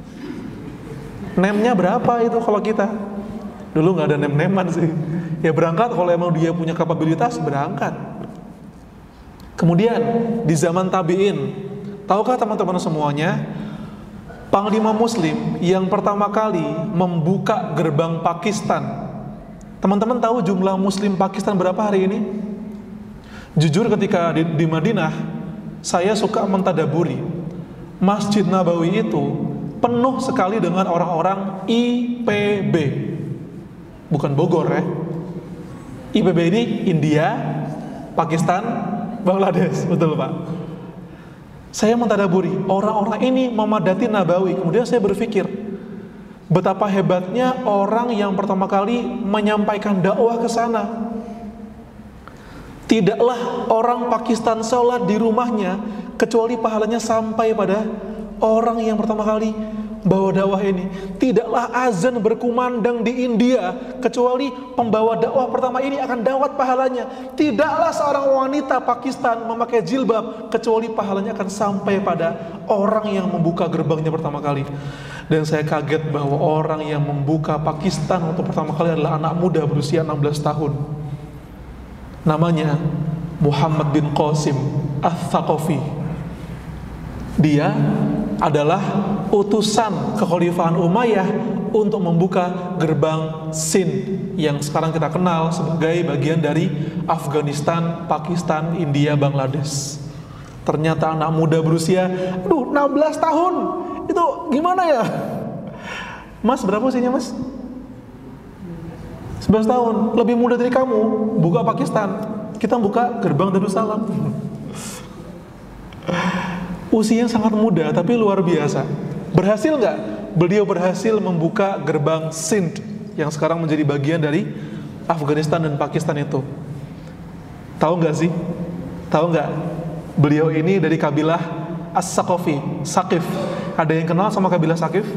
Speaker 1: Nemnya berapa itu kalau kita? Dulu nggak ada nem-neman sih. Ya berangkat kalau emang dia punya kapabilitas, berangkat. Kemudian di zaman tabi'in, tahukah teman-teman semuanya, panglima muslim yang pertama kali membuka gerbang Pakistan. Teman-teman tahu jumlah muslim Pakistan berapa hari ini? Jujur ketika di, di Madinah, saya suka mentadaburi. Masjid Nabawi itu penuh sekali dengan orang-orang I P B. Bukan Bogor ya. I P B ini India, Pakistan, Bangladesh, betul Pak. Saya mentadaburi, orang-orang ini memadati Nabawi. Kemudian saya berpikir, betapa hebatnya orang yang pertama kali menyampaikan dakwah ke sana. Tidaklah orang Pakistan sholat di rumahnya kecuali pahalanya sampai pada orang yang pertama kali bawa dakwah ini. Tidaklah azan berkumandang di India kecuali pembawa dakwah pertama ini akan dapat pahalanya. Tidaklah seorang wanita Pakistan memakai jilbab kecuali pahalanya akan sampai pada orang yang membuka gerbangnya pertama kali. Dan saya kaget bahwa orang yang membuka Pakistan untuk pertama kali adalah anak muda berusia enam belas tahun. Namanya Muhammad bin Qasim Ats-Tsaqafi. Dia adalah utusan kekhalifahan Umayyah untuk membuka gerbang Sind yang sekarang kita kenal sebagai bagian dari Afghanistan, Pakistan, India, Bangladesh. Ternyata anak muda berusia aduh, enam belas tahun. Itu gimana ya? Mas, berapa usianya Mas? sebelas tahun, lebih muda dari kamu. Buka Pakistan, kita buka gerbang Darussalam. Usianya sangat muda tapi luar biasa. Berhasil nggak? Beliau berhasil membuka gerbang Sind yang sekarang menjadi bagian dari Afghanistan dan Pakistan itu. Tahu nggak sih? Tahu nggak? Beliau ini dari kabilah As-Tsaqafi, Saqif. Ada yang kenal sama kabilah Saqif?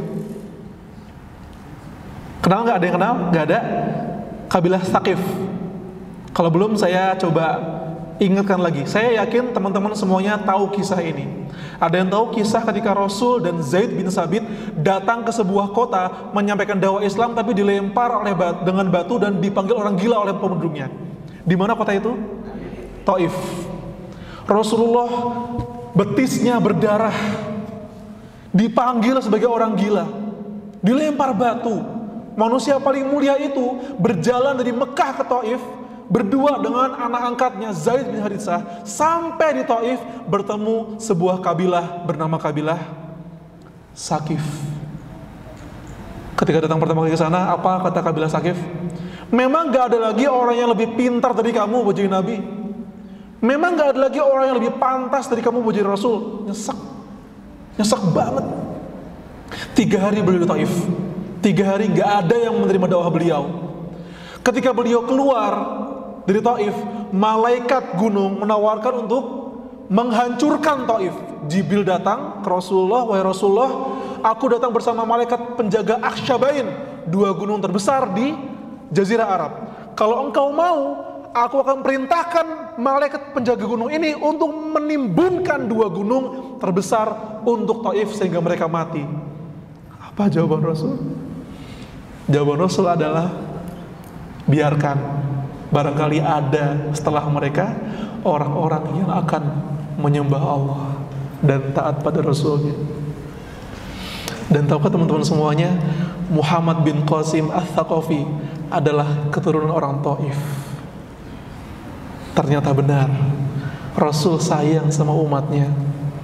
Speaker 1: Kenal nggak? Ada yang kenal? Nggak ada? Kabilah Saqif. Kalau belum, saya coba ingatkan lagi. Saya yakin teman-teman semuanya tahu kisah ini. Ada yang tahu kisah ketika Rasul dan Zaid bin Sabit datang ke sebuah kota menyampaikan dakwah Islam, tapi dilempar oleh bat, dengan batu dan dipanggil orang gila oleh penduduknya. Di mana kota itu? Taif. Rasulullah betisnya berdarah, dipanggil sebagai orang gila, dilempar batu. Manusia paling mulia itu berjalan dari Mekah ke Taif berdua dengan anak angkatnya Zaid bin Haritsah, sampai di Taif bertemu sebuah kabilah bernama kabilah Sakif. Ketika datang pertama kali ke sana, apa kata kabilah Sakif? Memang gak ada lagi orang yang lebih pintar dari kamu buat jadi nabi. Memang gak ada lagi orang yang lebih pantas dari kamu buat jadi rasul. Nyesek, nyesek banget. Tiga hari beliau di Taif, tiga hari gak ada yang menerima dakwah beliau. Ketika beliau keluar dari Taif, malaikat gunung menawarkan untuk menghancurkan Taif. Jibril datang ke Rasulullah, wahai Rasulullah, aku datang bersama malaikat penjaga Aksyabain, dua gunung terbesar di Jazirah Arab. Kalau engkau mau, aku akan perintahkan malaikat penjaga gunung ini untuk menimbunkan dua gunung terbesar untuk Taif sehingga mereka mati. Apa jawaban Rasul? Jawaban Rasul adalah, biarkan, barangkali ada setelah mereka orang-orang yang akan menyembah Allah dan taat pada Rasulnya. Dan tahukah teman-teman semuanya, Muhammad bin Qasim Ats-Tsaqafi adalah keturunan orang Taif. Ternyata benar, Rasul sayang sama umatnya.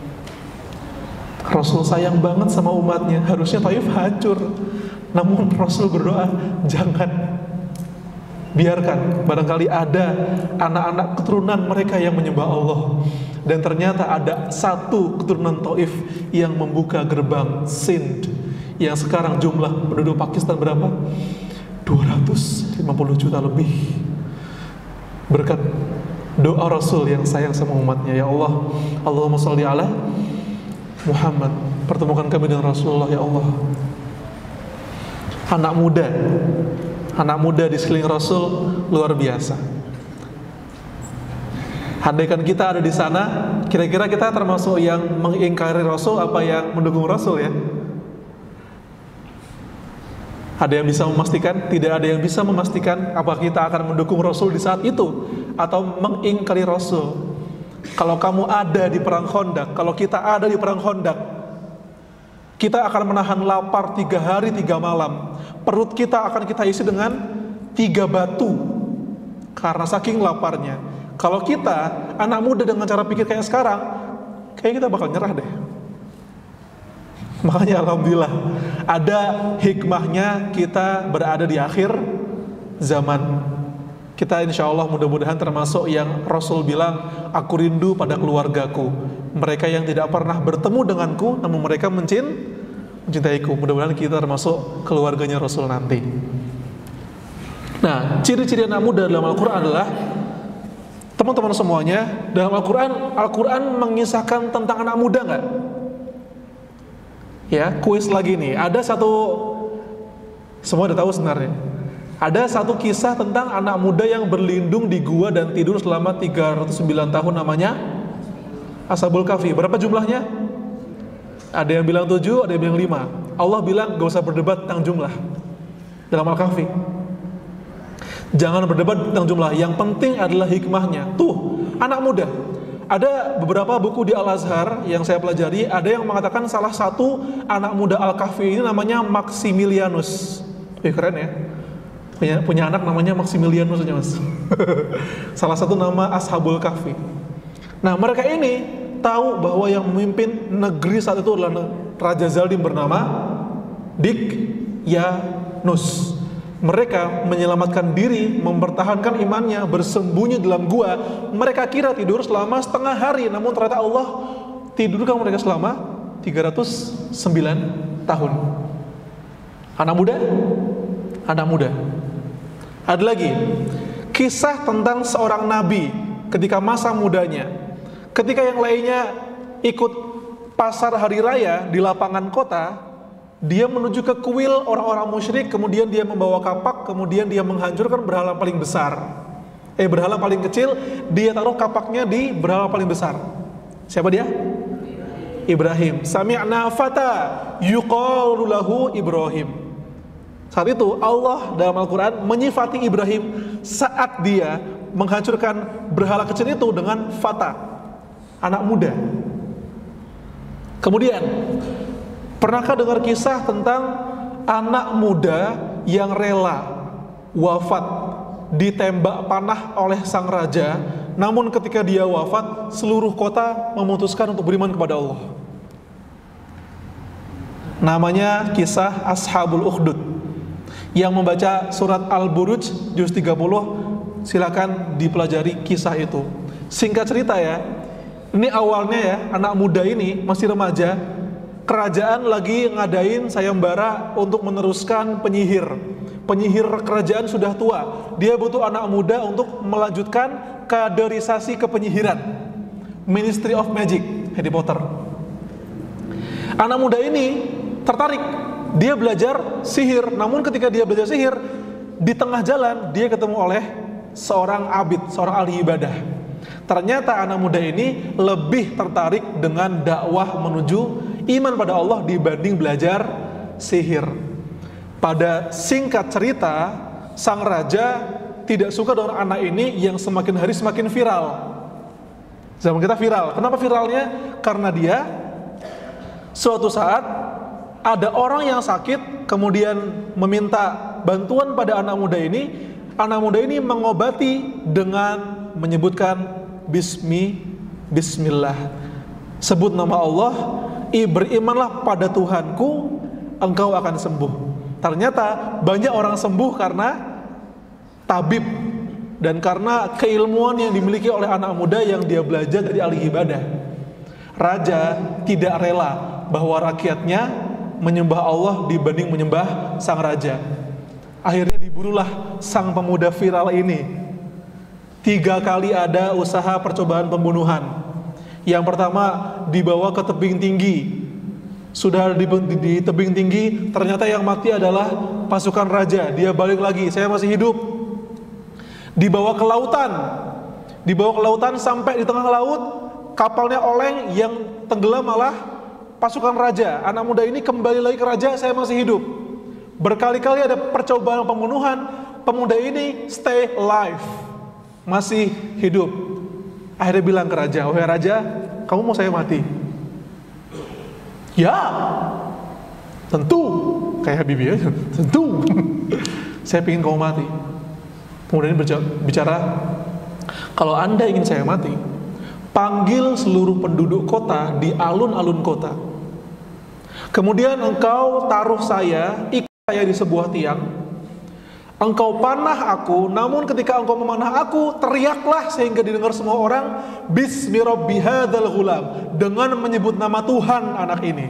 Speaker 1: Rasul sayang banget sama umatnya. Harusnya Taif hancur, namun Rasul berdoa, jangan, biarkan, barangkali ada anak-anak keturunan mereka yang menyembah Allah. Dan ternyata ada satu keturunan Taif yang membuka gerbang Sind, yang sekarang jumlah penduduk Pakistan berapa? dua ratus lima puluh juta lebih. Berkat doa Rasul yang sayang sama umatnya. Ya Allah, Allahumma sholli ala Muhammad, pertemukan kami dengan Rasulullah ya Allah. Anak muda, anak muda di sekeliling Rasul luar biasa. Andaikan kita ada di sana, kira-kira kita termasuk yang mengingkari Rasul apa yang mendukung Rasul ya? Ada yang bisa memastikan? Tidak ada yang bisa memastikan apakah kita akan mendukung Rasul di saat itu atau mengingkari Rasul. Kalau kamu ada di perang Khandaq, kalau kita ada di perang Khandaq, kita akan menahan lapar tiga hari tiga malam. Perut kita akan kita isi dengan tiga batu karena saking laparnya. Kalau kita anak muda dengan cara pikir kayak sekarang, kayak kita bakal nyerah deh. Makanya alhamdulillah ada hikmahnya kita berada di akhir zaman. Kita insya Allah mudah-mudahan termasuk yang Rasul bilang, aku rindu pada keluargaku, mereka yang tidak pernah bertemu denganku namun mereka mencin, mencintaiku. Mudah-mudahan kita termasuk keluarganya Rasul nanti. Nah, ciri-ciri anak muda dalam Al-Quran adalah, teman-teman semuanya, dalam Al-Quran, Al-Quran mengisahkan tentang anak muda nggak? Ya, kuis lagi nih. Ada satu, semua udah tahu sebenarnya. Ada satu kisah tentang anak muda yang berlindung di gua dan tidur selama tiga ratus sembilan tahun, namanya Ashabul Kahfi. Berapa jumlahnya? Ada yang bilang tujuh, ada yang bilang lima. Allah bilang gak usah berdebat tentang jumlah dalam Al-Kahfi. Jangan berdebat tentang jumlah, yang penting adalah hikmahnya. Tuh, anak muda. Ada beberapa buku di Al-Azhar yang saya pelajari, ada yang mengatakan salah satu anak muda Al-Kahfi ini namanya Maximilianus. Wih, keren ya. Punya, punya anak namanya Maximilianus aja mas. Salah satu nama Ashabul Kahfi. Nah, mereka ini tahu bahwa yang memimpin negeri saat itu adalah Raja Zalim bernama Dikyanus. Mereka menyelamatkan diri, mempertahankan imannya, bersembunyi dalam gua. Mereka kira tidur selama setengah hari, namun ternyata Allah tidurkan mereka selama tiga ratus sembilan tahun. Anak muda? Anak muda. Ada lagi kisah tentang seorang nabi ketika masa mudanya. Ketika yang lainnya ikut pasar hari raya di lapangan kota, dia menuju ke kuil orang-orang musyrik, kemudian dia membawa kapak, kemudian dia menghancurkan berhala paling besar. Eh berhala paling kecil, dia taruh kapaknya di berhala paling besar. Siapa dia? Ibrahim. Sami'na fata yuqalu lahu Ibrahim. Saat itu Allah dalam Al-Quran menyifati Ibrahim saat dia menghancurkan berhala kecil itu dengan fata, anak muda. Kemudian, pernahkah dengar kisah tentang anak muda yang rela wafat ditembak panah oleh sang raja, namun ketika dia wafat, seluruh kota memutuskan untuk beriman kepada Allah. Namanya kisah Ashabul Ukhdud. Yang membaca surat Al-Buruj juz tiga puluh, silakan dipelajari kisah itu. Singkat cerita ya, ini awalnya ya, anak muda ini masih remaja, kerajaan lagi ngadain sayembara untuk meneruskan penyihir. Penyihir kerajaan sudah tua, dia butuh anak muda untuk melanjutkan kaderisasi kepenyihiran, Ministry of Magic, Harry Potter. Anak muda ini tertarik, dia belajar sihir. Namun ketika dia belajar sihir, di tengah jalan dia ketemu oleh seorang abid, seorang ahli ibadah. Ternyata anak muda ini lebih tertarik dengan dakwah menuju iman pada Allah dibanding belajar sihir. Pada singkat cerita, sang raja tidak suka dengan anak ini yang semakin hari semakin viral. Zaman kita viral. Kenapa viralnya? Karena dia suatu saat ada orang yang sakit, kemudian meminta bantuan pada anak muda ini. Anak muda ini mengobati dengan menyebutkan Bismi, Bismillah. Sebut nama Allah, berimanlah pada Tuhanku, engkau akan sembuh. Ternyata banyak orang sembuh karena tabib dan karena keilmuan yang dimiliki oleh anak muda yang dia belajar dari ahli ibadah. Raja tidak rela bahwa rakyatnya menyembah Allah dibanding menyembah sang raja. Akhirnya diburulah sang pemuda viral ini. Tiga kali ada usaha percobaan pembunuhan. Yang pertama dibawa ke tebing tinggi. Sudah di, di, di tebing tinggi, ternyata yang mati adalah pasukan raja. Dia balik lagi, saya masih hidup. Dibawa ke lautan. Dibawa ke lautan sampai di tengah laut, kapalnya oleng, yang tenggelam malah pasukan raja. Anak muda ini kembali lagi ke raja, saya masih hidup. Berkali-kali ada percobaan pembunuhan, pemuda ini stay alive, masih hidup. Akhirnya bilang ke raja, "Wahai raja, kamu mau saya mati?" "Ya, tentu." Kayak Habibie aja, "Tentu." "Saya ingin kamu mati." Pemuda ini bicara, "Kalau Anda ingin saya mati, panggil seluruh penduduk kota di alun-alun kota. Kemudian engkau taruh saya, ikat saya di sebuah tiang. Engkau panah aku, namun ketika engkau memanah aku, teriaklah sehingga didengar semua orang, Bismi Rabbi hadzal ghulam, dengan menyebut nama Tuhan anak ini."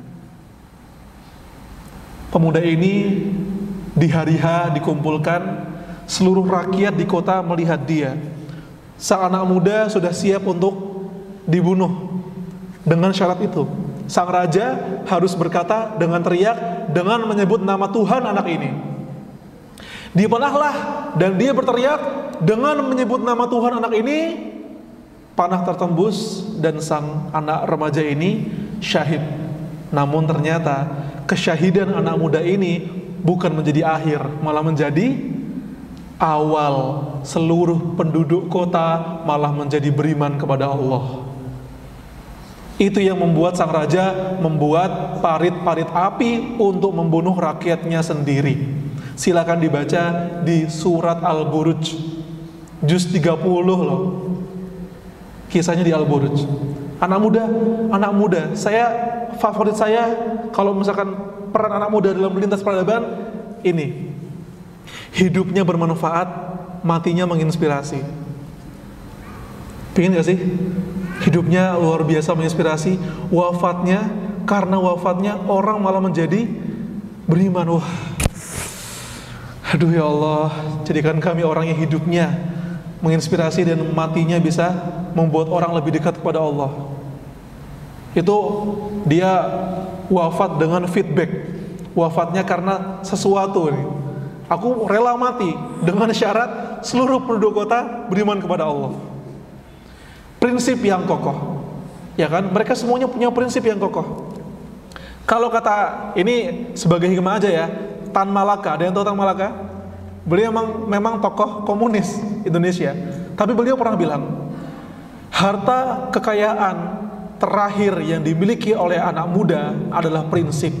Speaker 1: Pemuda ini di hari H dikumpulkan, seluruh rakyat di kota melihat dia. Sang anak muda sudah siap untuk dibunuh dengan syarat itu. Sang raja harus berkata dengan teriak, dengan menyebut nama Tuhan anak ini. Dipanahlah, dan dia berteriak dengan menyebut nama Tuhan anak ini. Panah tertembus dan sang anak remaja ini syahid. Namun ternyata kesyahidan anak muda ini bukan menjadi akhir, malah menjadi awal. Seluruh penduduk kota malah menjadi beriman kepada Allah. Itu yang membuat sang raja membuat parit-parit api untuk membunuh rakyatnya sendiri. Silakan dibaca di surat Al-Buruj juz tiga puluh loh. Kisahnya di Al-Buruj. Anak muda, anak muda. Saya favorit saya kalau misalkan peran anak muda dalam lintas peradaban ini. Hidupnya bermanfaat, matinya menginspirasi. Pengen gak sih? Hidupnya luar biasa menginspirasi, wafatnya, karena wafatnya orang malah menjadi beriman. Wah, aduh ya Allah, jadikan kami orang yang hidupnya menginspirasi dan matinya bisa membuat orang lebih dekat kepada Allah. Itu dia wafat dengan feedback. Wafatnya karena sesuatu nih. Aku rela mati dengan syarat seluruh penduduk kota beriman kepada Allah. Prinsip yang kokoh, ya kan? Mereka semuanya punya prinsip yang kokoh. Kalau kata ini sebagai hikmah aja ya, Tan Malaka, ada yang tahu Tan Malaka? Beliau memang, memang tokoh komunis Indonesia, tapi beliau pernah bilang, harta kekayaan terakhir yang dimiliki oleh anak muda adalah prinsip.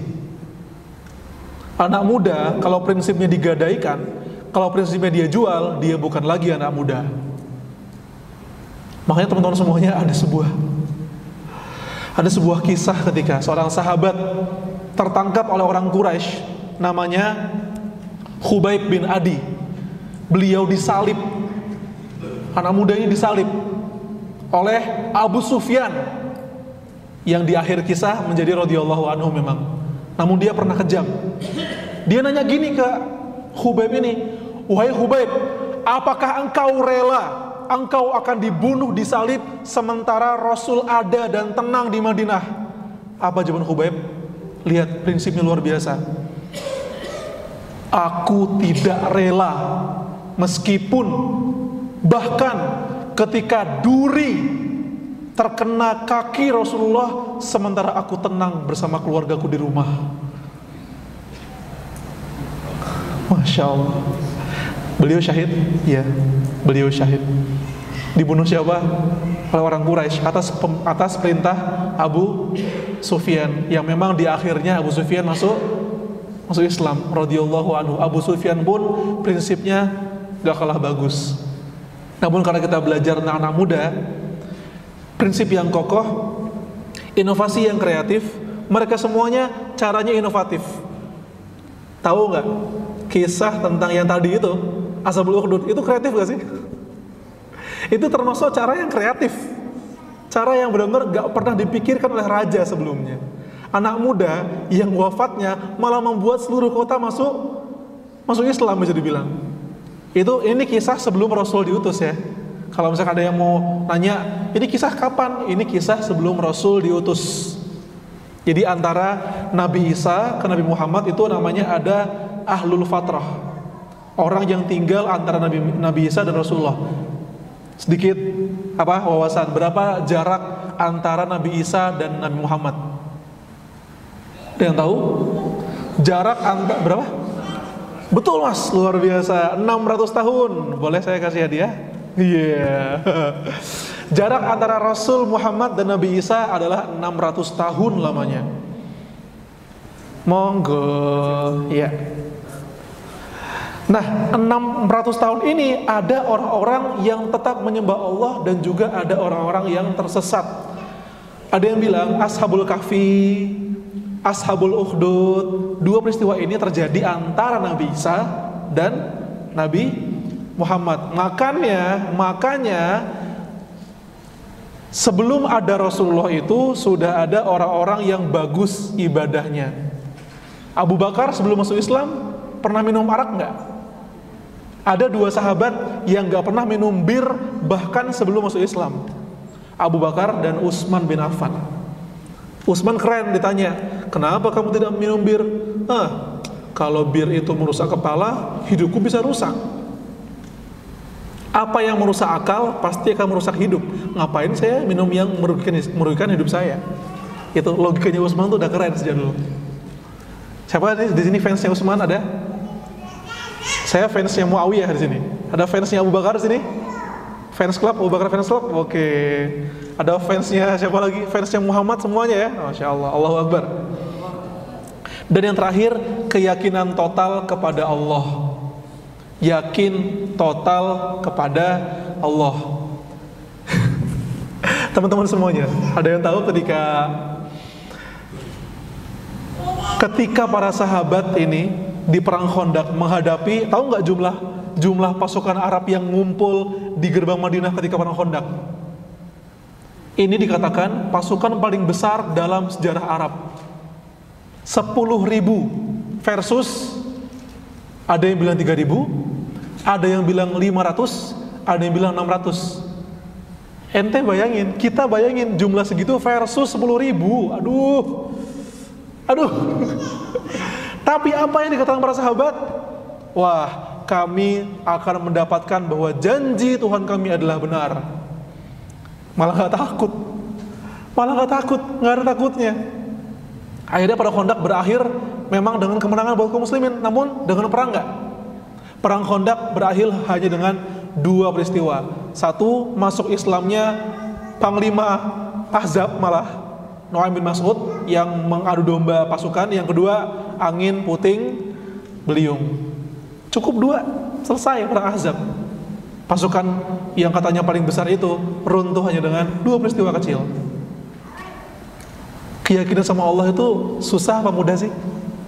Speaker 1: Anak muda kalau prinsipnya digadaikan, kalau prinsipnya dia jual, dia bukan lagi anak muda. Makanya teman-teman semuanya ada sebuah ada sebuah kisah ketika seorang sahabat tertangkap oleh orang Quraisy, namanya Khubayb bin Adi. Beliau disalib, anak mudanya disalib oleh Abu Sufyan, yang di akhir kisah menjadi radhiyallahu anhu memang. Namun dia pernah kejam. Dia nanya gini ke Khubayb ini, "Wahai Khubayb, apakah engkau rela engkau akan dibunuh, disalib, sementara Rasul ada dan tenang di Madinah?" Apa jawaban Khubayb? Lihat prinsipnya luar biasa. "Aku tidak rela, meskipun bahkan ketika duri terkena kaki Rasulullah, sementara aku tenang bersama keluargaku di rumah." Masya Allah. Beliau syahid? Iya, beliau syahid. Dibunuh siapa? Oleh orang Quraisy atas atas perintah Abu Sufyan, yang memang di akhirnya Abu Sufyan masuk masuk Islam radhiyallahu anhu. Abu Sufyan pun prinsipnya gak kalah bagus. Namun karena kita belajar tentang anak muda, prinsip yang kokoh, inovasi yang kreatif, mereka semuanya caranya inovatif. Tahu nggak kisah tentang yang tadi itu, Ashabul Ukhdud, itu kreatif gak sih? Itu termasuk cara yang kreatif, cara yang benar-benar gak pernah dipikirkan oleh raja sebelumnya. Anak muda yang wafatnya malah membuat seluruh kota masuk masuk Islam, bisa dibilang. Itu ini kisah sebelum Rasul diutus ya. Kalau misalkan ada yang mau nanya, ini kisah kapan? Ini kisah sebelum Rasul diutus. Jadi antara Nabi Isa ke Nabi Muhammad itu namanya ada Ahlul Fatrah, orang yang tinggal antara Nabi, Nabi Isa dan Rasulullah. Sedikit apa wawasan, berapa jarak antara Nabi Isa dan Nabi Muhammad? Ada yang tahu? Jarak antara berapa? Betul mas, luar biasa, enam ratus tahun. Boleh saya kasih hadiah? Iya. Yeah. Jarak antara Rasul Muhammad dan Nabi Isa adalah enam ratus tahun lamanya. Monggo, ya. Nah, enam ratus tahun ini ada orang-orang yang tetap menyembah Allah dan juga ada orang-orang yang tersesat. Ada yang bilang Ashabul Kahfi, Ashabul Ukhdud. Dua peristiwa ini terjadi antara Nabi Isa dan Nabi Muhammad. Makanya, makanya sebelum ada Rasulullah itu sudah ada orang-orang yang bagus ibadahnya. Abu Bakar sebelum masuk Islam pernah minum arak enggak? Ada dua sahabat yang gak pernah minum bir bahkan sebelum masuk Islam, Abu Bakar dan Utsman bin Affan. Utsman keren, ditanya, kenapa kamu tidak minum bir? Ah, kalau bir itu merusak kepala, hidupku bisa rusak. Apa yang merusak akal pasti akan merusak hidup. Ngapain saya minum yang merugikan, merugikan hidup saya? Itu logikanya Utsman tuh udah keren sejak dulu. Siapa nih di sini fansnya Utsman ada? Saya fansnya Muawiyah di sini. Ada fansnya Abu Bakar di sini? Fans club Abu Bakar fans club? Oke. Ada fansnya siapa lagi? Fansnya Muhammad semuanya ya? Masya Allah. Allahu Akbar. Dan yang terakhir, keyakinan total kepada Allah. Yakin total kepada Allah. Teman-teman semuanya, ada yang tahu ketika ketika para sahabat ini di perang Khandaq menghadapi, tahu nggak jumlah jumlah pasukan Arab yang ngumpul di gerbang Madinah ketika perang Khandaq? Ini dikatakan pasukan paling besar dalam sejarah Arab. Sepuluh ribu versus ada yang bilang tiga ribu, ada yang bilang lima ratus, ada yang bilang enam ratus. Ente bayangin, kita bayangin jumlah segitu versus sepuluh ribu. Aduh, aduh. Tapi apa yang dikatakan para sahabat? wah, kami akan mendapatkan bahwa janji Tuhan kami adalah benar. Malah gak takut. Malah gak takut, gak ada takutnya. Akhirnya perang Khandaq berakhir memang dengan kemenangan buat kaum muslimin, namun dengan perang gak? Perang Khandaq berakhir hanya dengan dua peristiwa. Satu, masuk Islamnya Panglima Ahzab malah Nu'aim bin Mas'ud yang mengadu domba pasukan. Yang kedua, angin puting beliung. Cukup dua, selesai perang Ahzab. Pasukan yang katanya paling besar itu runtuh hanya dengan dua peristiwa kecil. Keyakinan sama Allah itu susah apa mudah sih?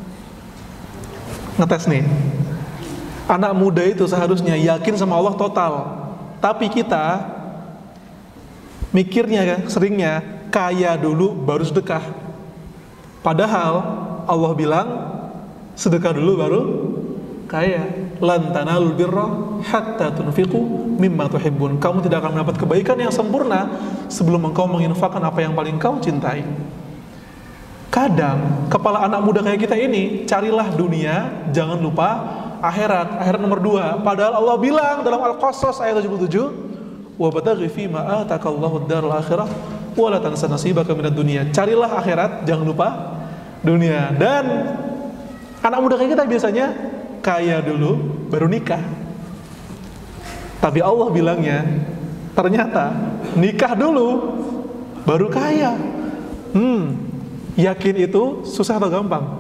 Speaker 1: Ngetes nih. Anak muda itu seharusnya yakin sama Allah total. Tapi kita mikirnya kan, seringnya kaya dulu baru sedekah. Padahal Allah bilang sedekah dulu baru kaya. Lan tanalul birra hatta tunfiqu mimma tuhibbun. Kamu tidak akan mendapat kebaikan yang sempurna sebelum engkau menginfakkan apa yang paling kau cintai. Kadang kepala anak muda kayak kita ini, carilah dunia, jangan lupa akhirat. Akhirat nomor dua. Padahal Allah bilang dalam Al-Qasas ayat tujuh puluh tujuh, wa bataghi fi ma atakallahu ad-darul akhirah wa la tansa nasibaka minad dunya. Carilah akhirat, jangan lupa dunia. Dan anak muda kayak kita biasanya kaya dulu baru nikah. Tapi Allah bilangnya ternyata nikah dulu baru kaya. Hmm, yakin itu susah atau gampang?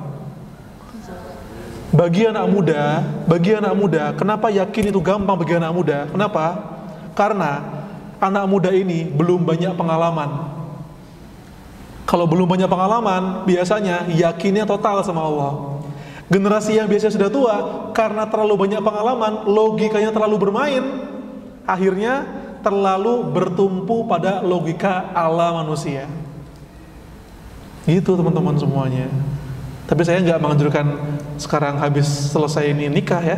Speaker 1: Bagi anak muda, bagi anak muda, kenapa yakin itu gampang bagi anak muda? Kenapa? Karena anak muda ini belum banyak pengalaman. Kalau belum banyak pengalaman, biasanya yakinnya total sama Allah. Generasi yang biasanya sudah tua, karena terlalu banyak pengalaman, logikanya terlalu bermain, akhirnya terlalu bertumpu pada logika ala manusia. Gitu teman-teman semuanya. Tapi saya nggak menganjurkan sekarang habis selesai ini nikah ya.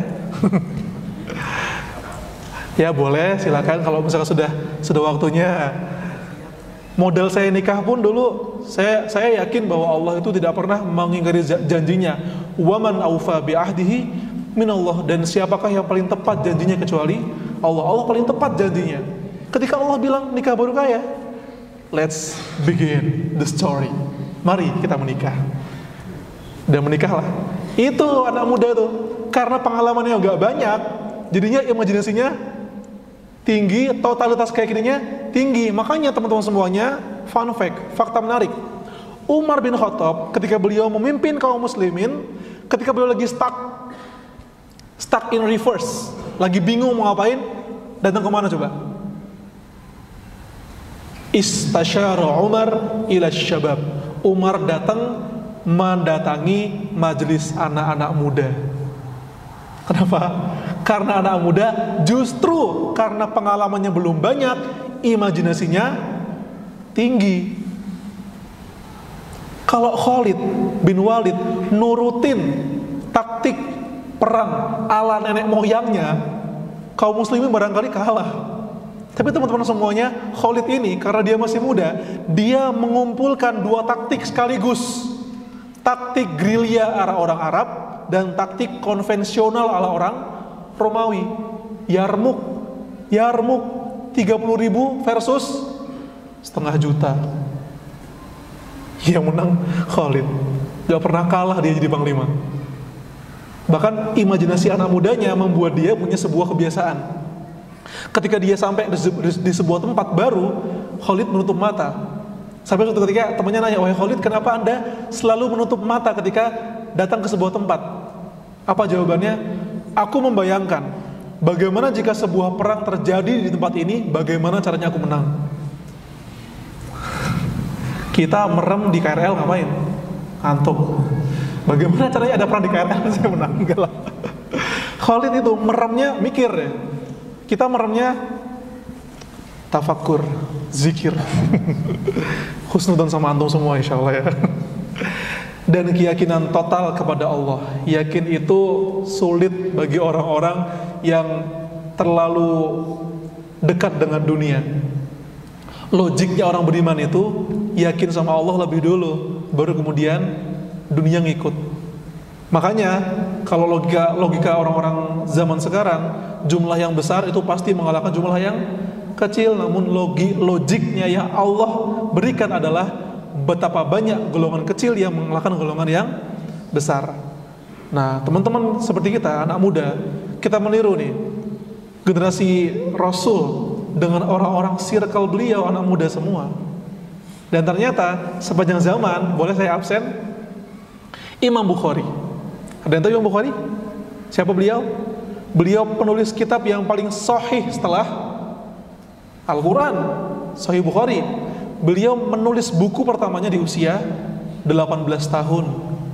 Speaker 1: Ya boleh, silakan kalau misalkan sudah sudah waktunya. Modal saya nikah pun dulu saya saya yakin bahwa Allah itu tidak pernah mengingkari janjinya. Waman aufa bi ahdihi minallah, dan siapakah yang paling tepat janjinya kecuali Allah. Allah paling tepat janjinya. Ketika Allah bilang nikah baru kaya, let's begin the story. Mari kita menikah. Dan menikahlah. Itu anak muda tuh, karena pengalamannya enggak banyak, jadinya imajinasinya tinggi, totalitas keyakinannya tinggi. Makanya teman-teman semuanya, fun fact, fakta menarik. Umar bin Khattab ketika beliau memimpin kaum muslimin, ketika beliau lagi stuck stuck in reverse, lagi bingung mau ngapain, datang kemana coba? Istasyara Umar ila syabab. Umar datang mendatangi majelis anak-anak muda. Kenapa? Karena anak muda justru karena pengalamannya belum banyak, imajinasinya tinggi. Kalau Khalid bin Walid nurutin taktik perang ala nenek moyangnya, kaum muslimin barangkali kalah. Tapi teman-teman semuanya, Khalid ini karena dia masih muda, dia mengumpulkan dua taktik sekaligus. Taktik gerilya ala orang Arab dan taktik konvensional ala orang Romawi. Yarmuk, Yarmuk tiga puluh ribu versus setengah juta. Yang menang Khalid. Gak pernah kalah dia jadi panglima. Bahkan imajinasi anak mudanya membuat dia punya sebuah kebiasaan. Ketika dia sampai di, di, di sebuah tempat baru, Khalid menutup mata. Sampai suatu ketika temannya nanya, wahai Khalid, kenapa anda selalu menutup mata ketika datang ke sebuah tempat? Apa jawabannya? Aku membayangkan bagaimana jika sebuah perang terjadi di tempat ini, bagaimana caranya aku menang. Kita merem di K R L ngapain? Ngantuk. Bagaimana caranya ada perang di K R L saya menang? Enggak lah. Khalid itu meremnya mikir ya. Kita meremnya tafakur, zikir. Husnudzon sama antum semua insya Allah ya. Dan keyakinan total kepada Allah. Yakin itu sulit bagi orang-orang yang terlalu dekat dengan dunia. Logiknya orang beriman itu yakin sama Allah lebih dulu, baru kemudian dunia ngikut. Makanya kalau logika logika orang-orang zaman sekarang, jumlah yang besar itu pasti mengalahkan jumlah yang kecil. Namun logi logiknya yang Allah berikan adalah betapa banyak golongan kecil yang mengalahkan golongan yang besar. Nah, teman-teman seperti kita, anak muda, kita meniru nih generasi Rasul dengan orang-orang circle beliau, anak muda semua. Dan ternyata sepanjang zaman, boleh saya absen, Imam Bukhari. Ada yang tahu Imam Bukhari? Siapa beliau? Beliau penulis kitab yang paling sahih setelah Al-Quran, Sahih Bukhari. Beliau menulis buku pertamanya di usia delapan belas tahun.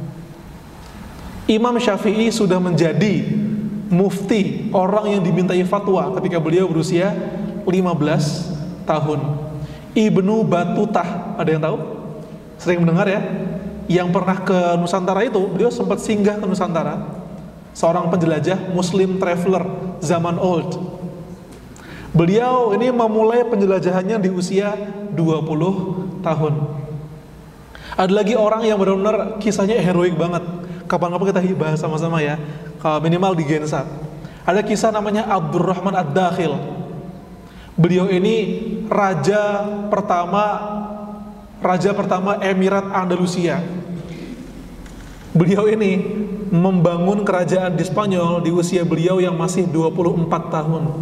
Speaker 1: Imam Syafi'i sudah menjadi mufti, orang yang dimintai fatwa ketika beliau berusia lima belas tahun. Ibnu Batutah, ada yang tahu? Sering mendengar ya? Yang pernah ke Nusantara itu, beliau sempat singgah ke Nusantara. Seorang penjelajah Muslim traveler zaman old. Beliau ini memulai penjelajahannya di usia dua puluh tahun. Ada lagi orang yang benar-benar kisahnya heroik banget. Kapan-kapan kita bahas sama-sama ya, minimal di Gensa. Ada kisah namanya Abdurrahman Ad-Dakhil. Beliau ini raja pertama raja pertama Emirat Andalusia. Beliau ini membangun kerajaan di Spanyol di usia beliau yang masih dua puluh empat tahun.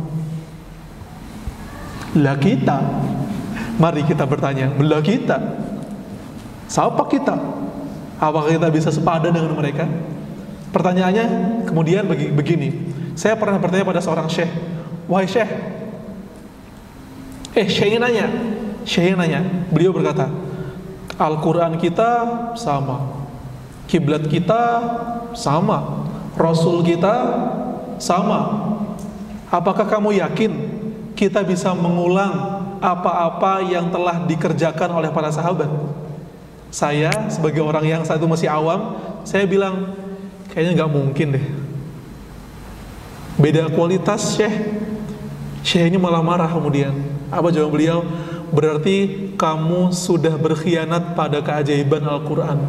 Speaker 1: Lah kita, mari kita bertanya, belah kita, siapa kita? Apakah kita bisa sepadan dengan mereka? Pertanyaannya kemudian begini, saya pernah bertanya pada seorang syekh, wahai syekh, eh syekhnya nanya, syekhnya nanya, beliau berkata, Al-Quran kita sama, kiblat kita sama, Rasul kita sama. Apakah kamu yakin kita bisa mengulang apa-apa yang telah dikerjakan oleh para sahabat? Saya sebagai orang yang saat itu masih awam, saya bilang kayaknya nggak mungkin deh. Beda kualitas syekh. Syekhnya malah marah kemudian. Apa jawab beliau? Berarti kamu sudah berkhianat pada keajaiban Al-Quran.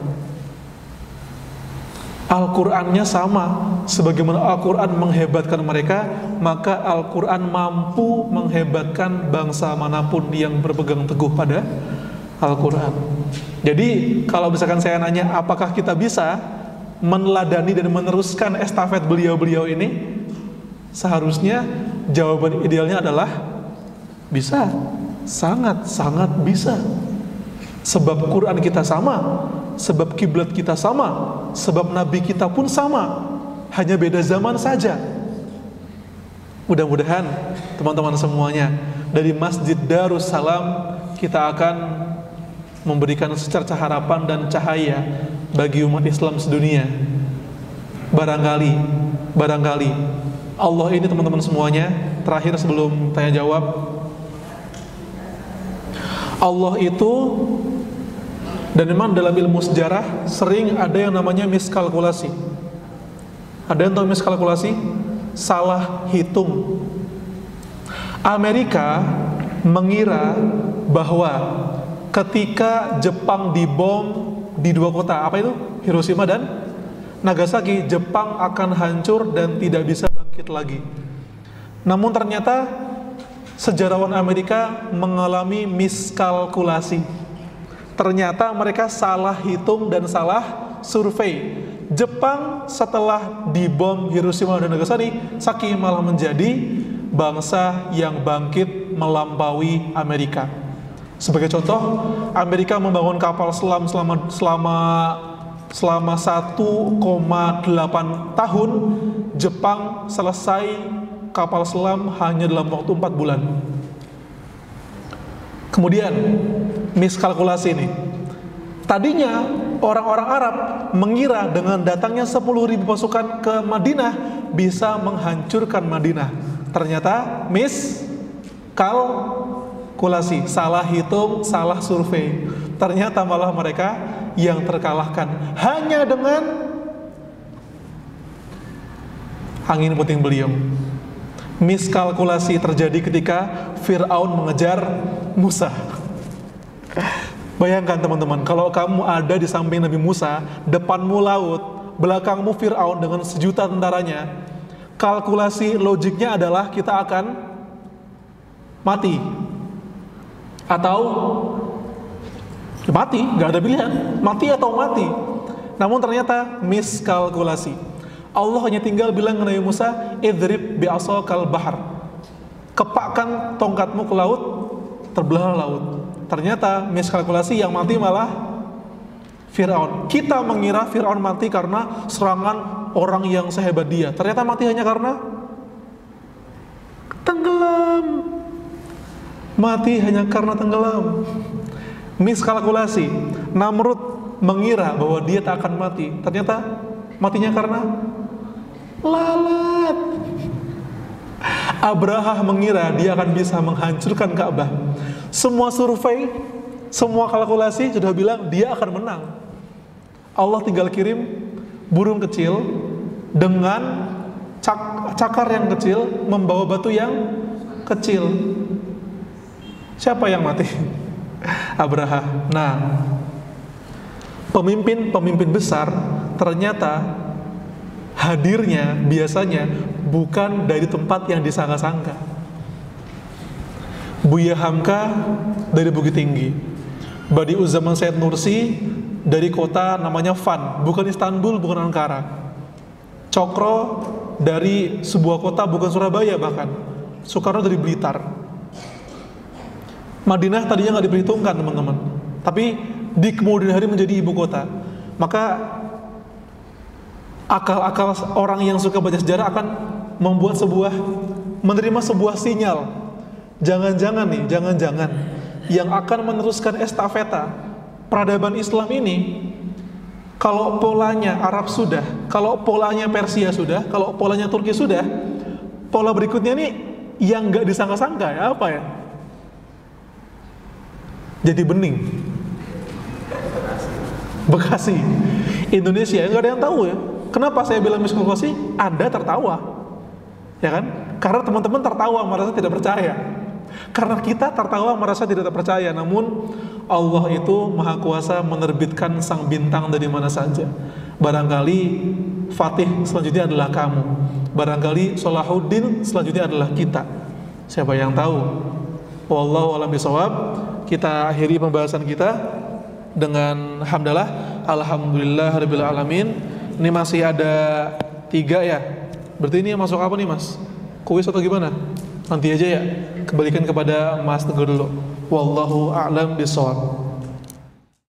Speaker 1: Al-Qurannya sama. Sebagaimana Al-Quran menghebatkan mereka, maka Al-Quran mampu menghebatkan bangsa manapun yang berpegang teguh pada Al-Quran. Jadi kalau misalkan saya nanya apakah kita bisa meneladani dan meneruskan estafet beliau-beliau ini, seharusnya jawaban idealnya adalah bisa, sangat-sangat bisa. Sebab Quran kita sama, sebab kiblat kita sama, sebab Nabi kita pun sama, hanya beda zaman saja. Mudah-mudahan teman-teman semuanya dari Masjid Darussalam kita akan memberikan secercah harapan dan cahaya bagi umat Islam sedunia. Barangkali, barangkali Allah ini teman-teman semuanya, terakhir sebelum tanya jawab, Allah itu, dan memang dalam ilmu sejarah sering ada yang namanya miskalkulasi. Ada yang tahu miskalkulasi? Salah hitung. Amerika mengira bahwa ketika Jepang dibom di dua kota, apa itu? Hiroshima dan Nagasaki, Jepang akan hancur dan tidak bisa bangkit lagi. Namun ternyata sejarawan Amerika mengalami miskalkulasi. Ternyata mereka salah hitung dan salah survei. Jepang setelah dibom Hiroshima dan Nagasaki, Saki malah menjadi bangsa yang bangkit melampaui Amerika. Sebagai contoh, Amerika membangun kapal selam selama selama selama satu koma delapan tahun. Jepang selesai kapal selam hanya dalam waktu empat bulan. Kemudian miskalkulasi ini. Tadinya orang-orang Arab mengira dengan datangnya sepuluh ribu pasukan ke Madinah bisa menghancurkan Madinah. Ternyata miskalkulasi, salah hitung, salah survei. Ternyata malah mereka yang terkalahkan hanya dengan angin puting beliung. Miskalkulasi terjadi ketika Fir'aun mengejar Musa. Bayangkan teman-teman, kalau kamu ada di samping Nabi Musa, depanmu laut, belakangmu Fir'aun dengan sejuta tentaranya, kalkulasi logiknya adalah kita akan mati atau mati, nggak ada pilihan, mati atau mati. Namun ternyata miskalkulasi. Allah hanya tinggal bilang ke Nabi Musa, idrib bi'asakal bahar, kepakkan tongkatmu ke laut, terbelah laut. Ternyata miskalkulasi, yang mati malah Fir'aun. Kita mengira Fir'aun mati karena serangan orang yang sehebat dia. Ternyata mati hanya karena tenggelam. Mati hanya karena tenggelam. Miskalkulasi. Namrud mengira bahwa dia tak akan mati. Ternyata matinya karena lalat. Abraha mengira dia akan bisa menghancurkan Ka'bah. Semua survei, semua kalkulasi sudah bilang dia akan menang. Allah tinggal kirim burung kecil dengan cak cakar yang kecil membawa batu yang kecil. Siapa yang mati? Abraha. Nah, pemimpin-pemimpin besar ternyata hadirnya biasanya bukan dari tempat yang disangka-sangka. Buya Hamka dari Bukit Tinggi, Badi Uzzaman Said Nursi dari kota namanya Van, bukan Istanbul, bukan Ankara. Cokro dari sebuah kota bukan Surabaya bahkan. Soekarno dari Blitar. Madinah tadinya nggak diperhitungkan teman-teman, tapi di kemudian hari menjadi ibu kota. Maka akal-akal orang yang suka baca sejarah akan membuat sebuah, menerima sebuah sinyal. Jangan-jangan nih, jangan-jangan yang akan meneruskan estafeta peradaban Islam ini, kalau polanya Arab sudah, kalau polanya Persia sudah, kalau polanya Turki sudah, pola berikutnya nih yang nggak disangka-sangka ya apa ya? Jadi bening. Bekasi, Indonesia, nggak ada yang tahu ya. Kenapa saya bilang miskalkulasi? Anda tertawa, ya kan? Karena teman-teman tertawa merasa tidak percaya. Karena kita tertawa merasa tidak percaya. Namun Allah itu maha kuasa menerbitkan sang bintang dari mana saja. Barangkali Fatih selanjutnya adalah kamu, barangkali Salahuddin selanjutnya adalah kita. Siapa yang tahu? Wallahu a'lam bishawab. Kita akhiri pembahasan kita dengan hamdalah, alhamdulillah rabbil alamin. Ini masih ada tiga ya. Berarti ini yang masuk apa nih mas? Kuis atau gimana? Nanti aja ya, kembalikan kepada Mas Teguh dulu. Wallahu a'lam bishawab.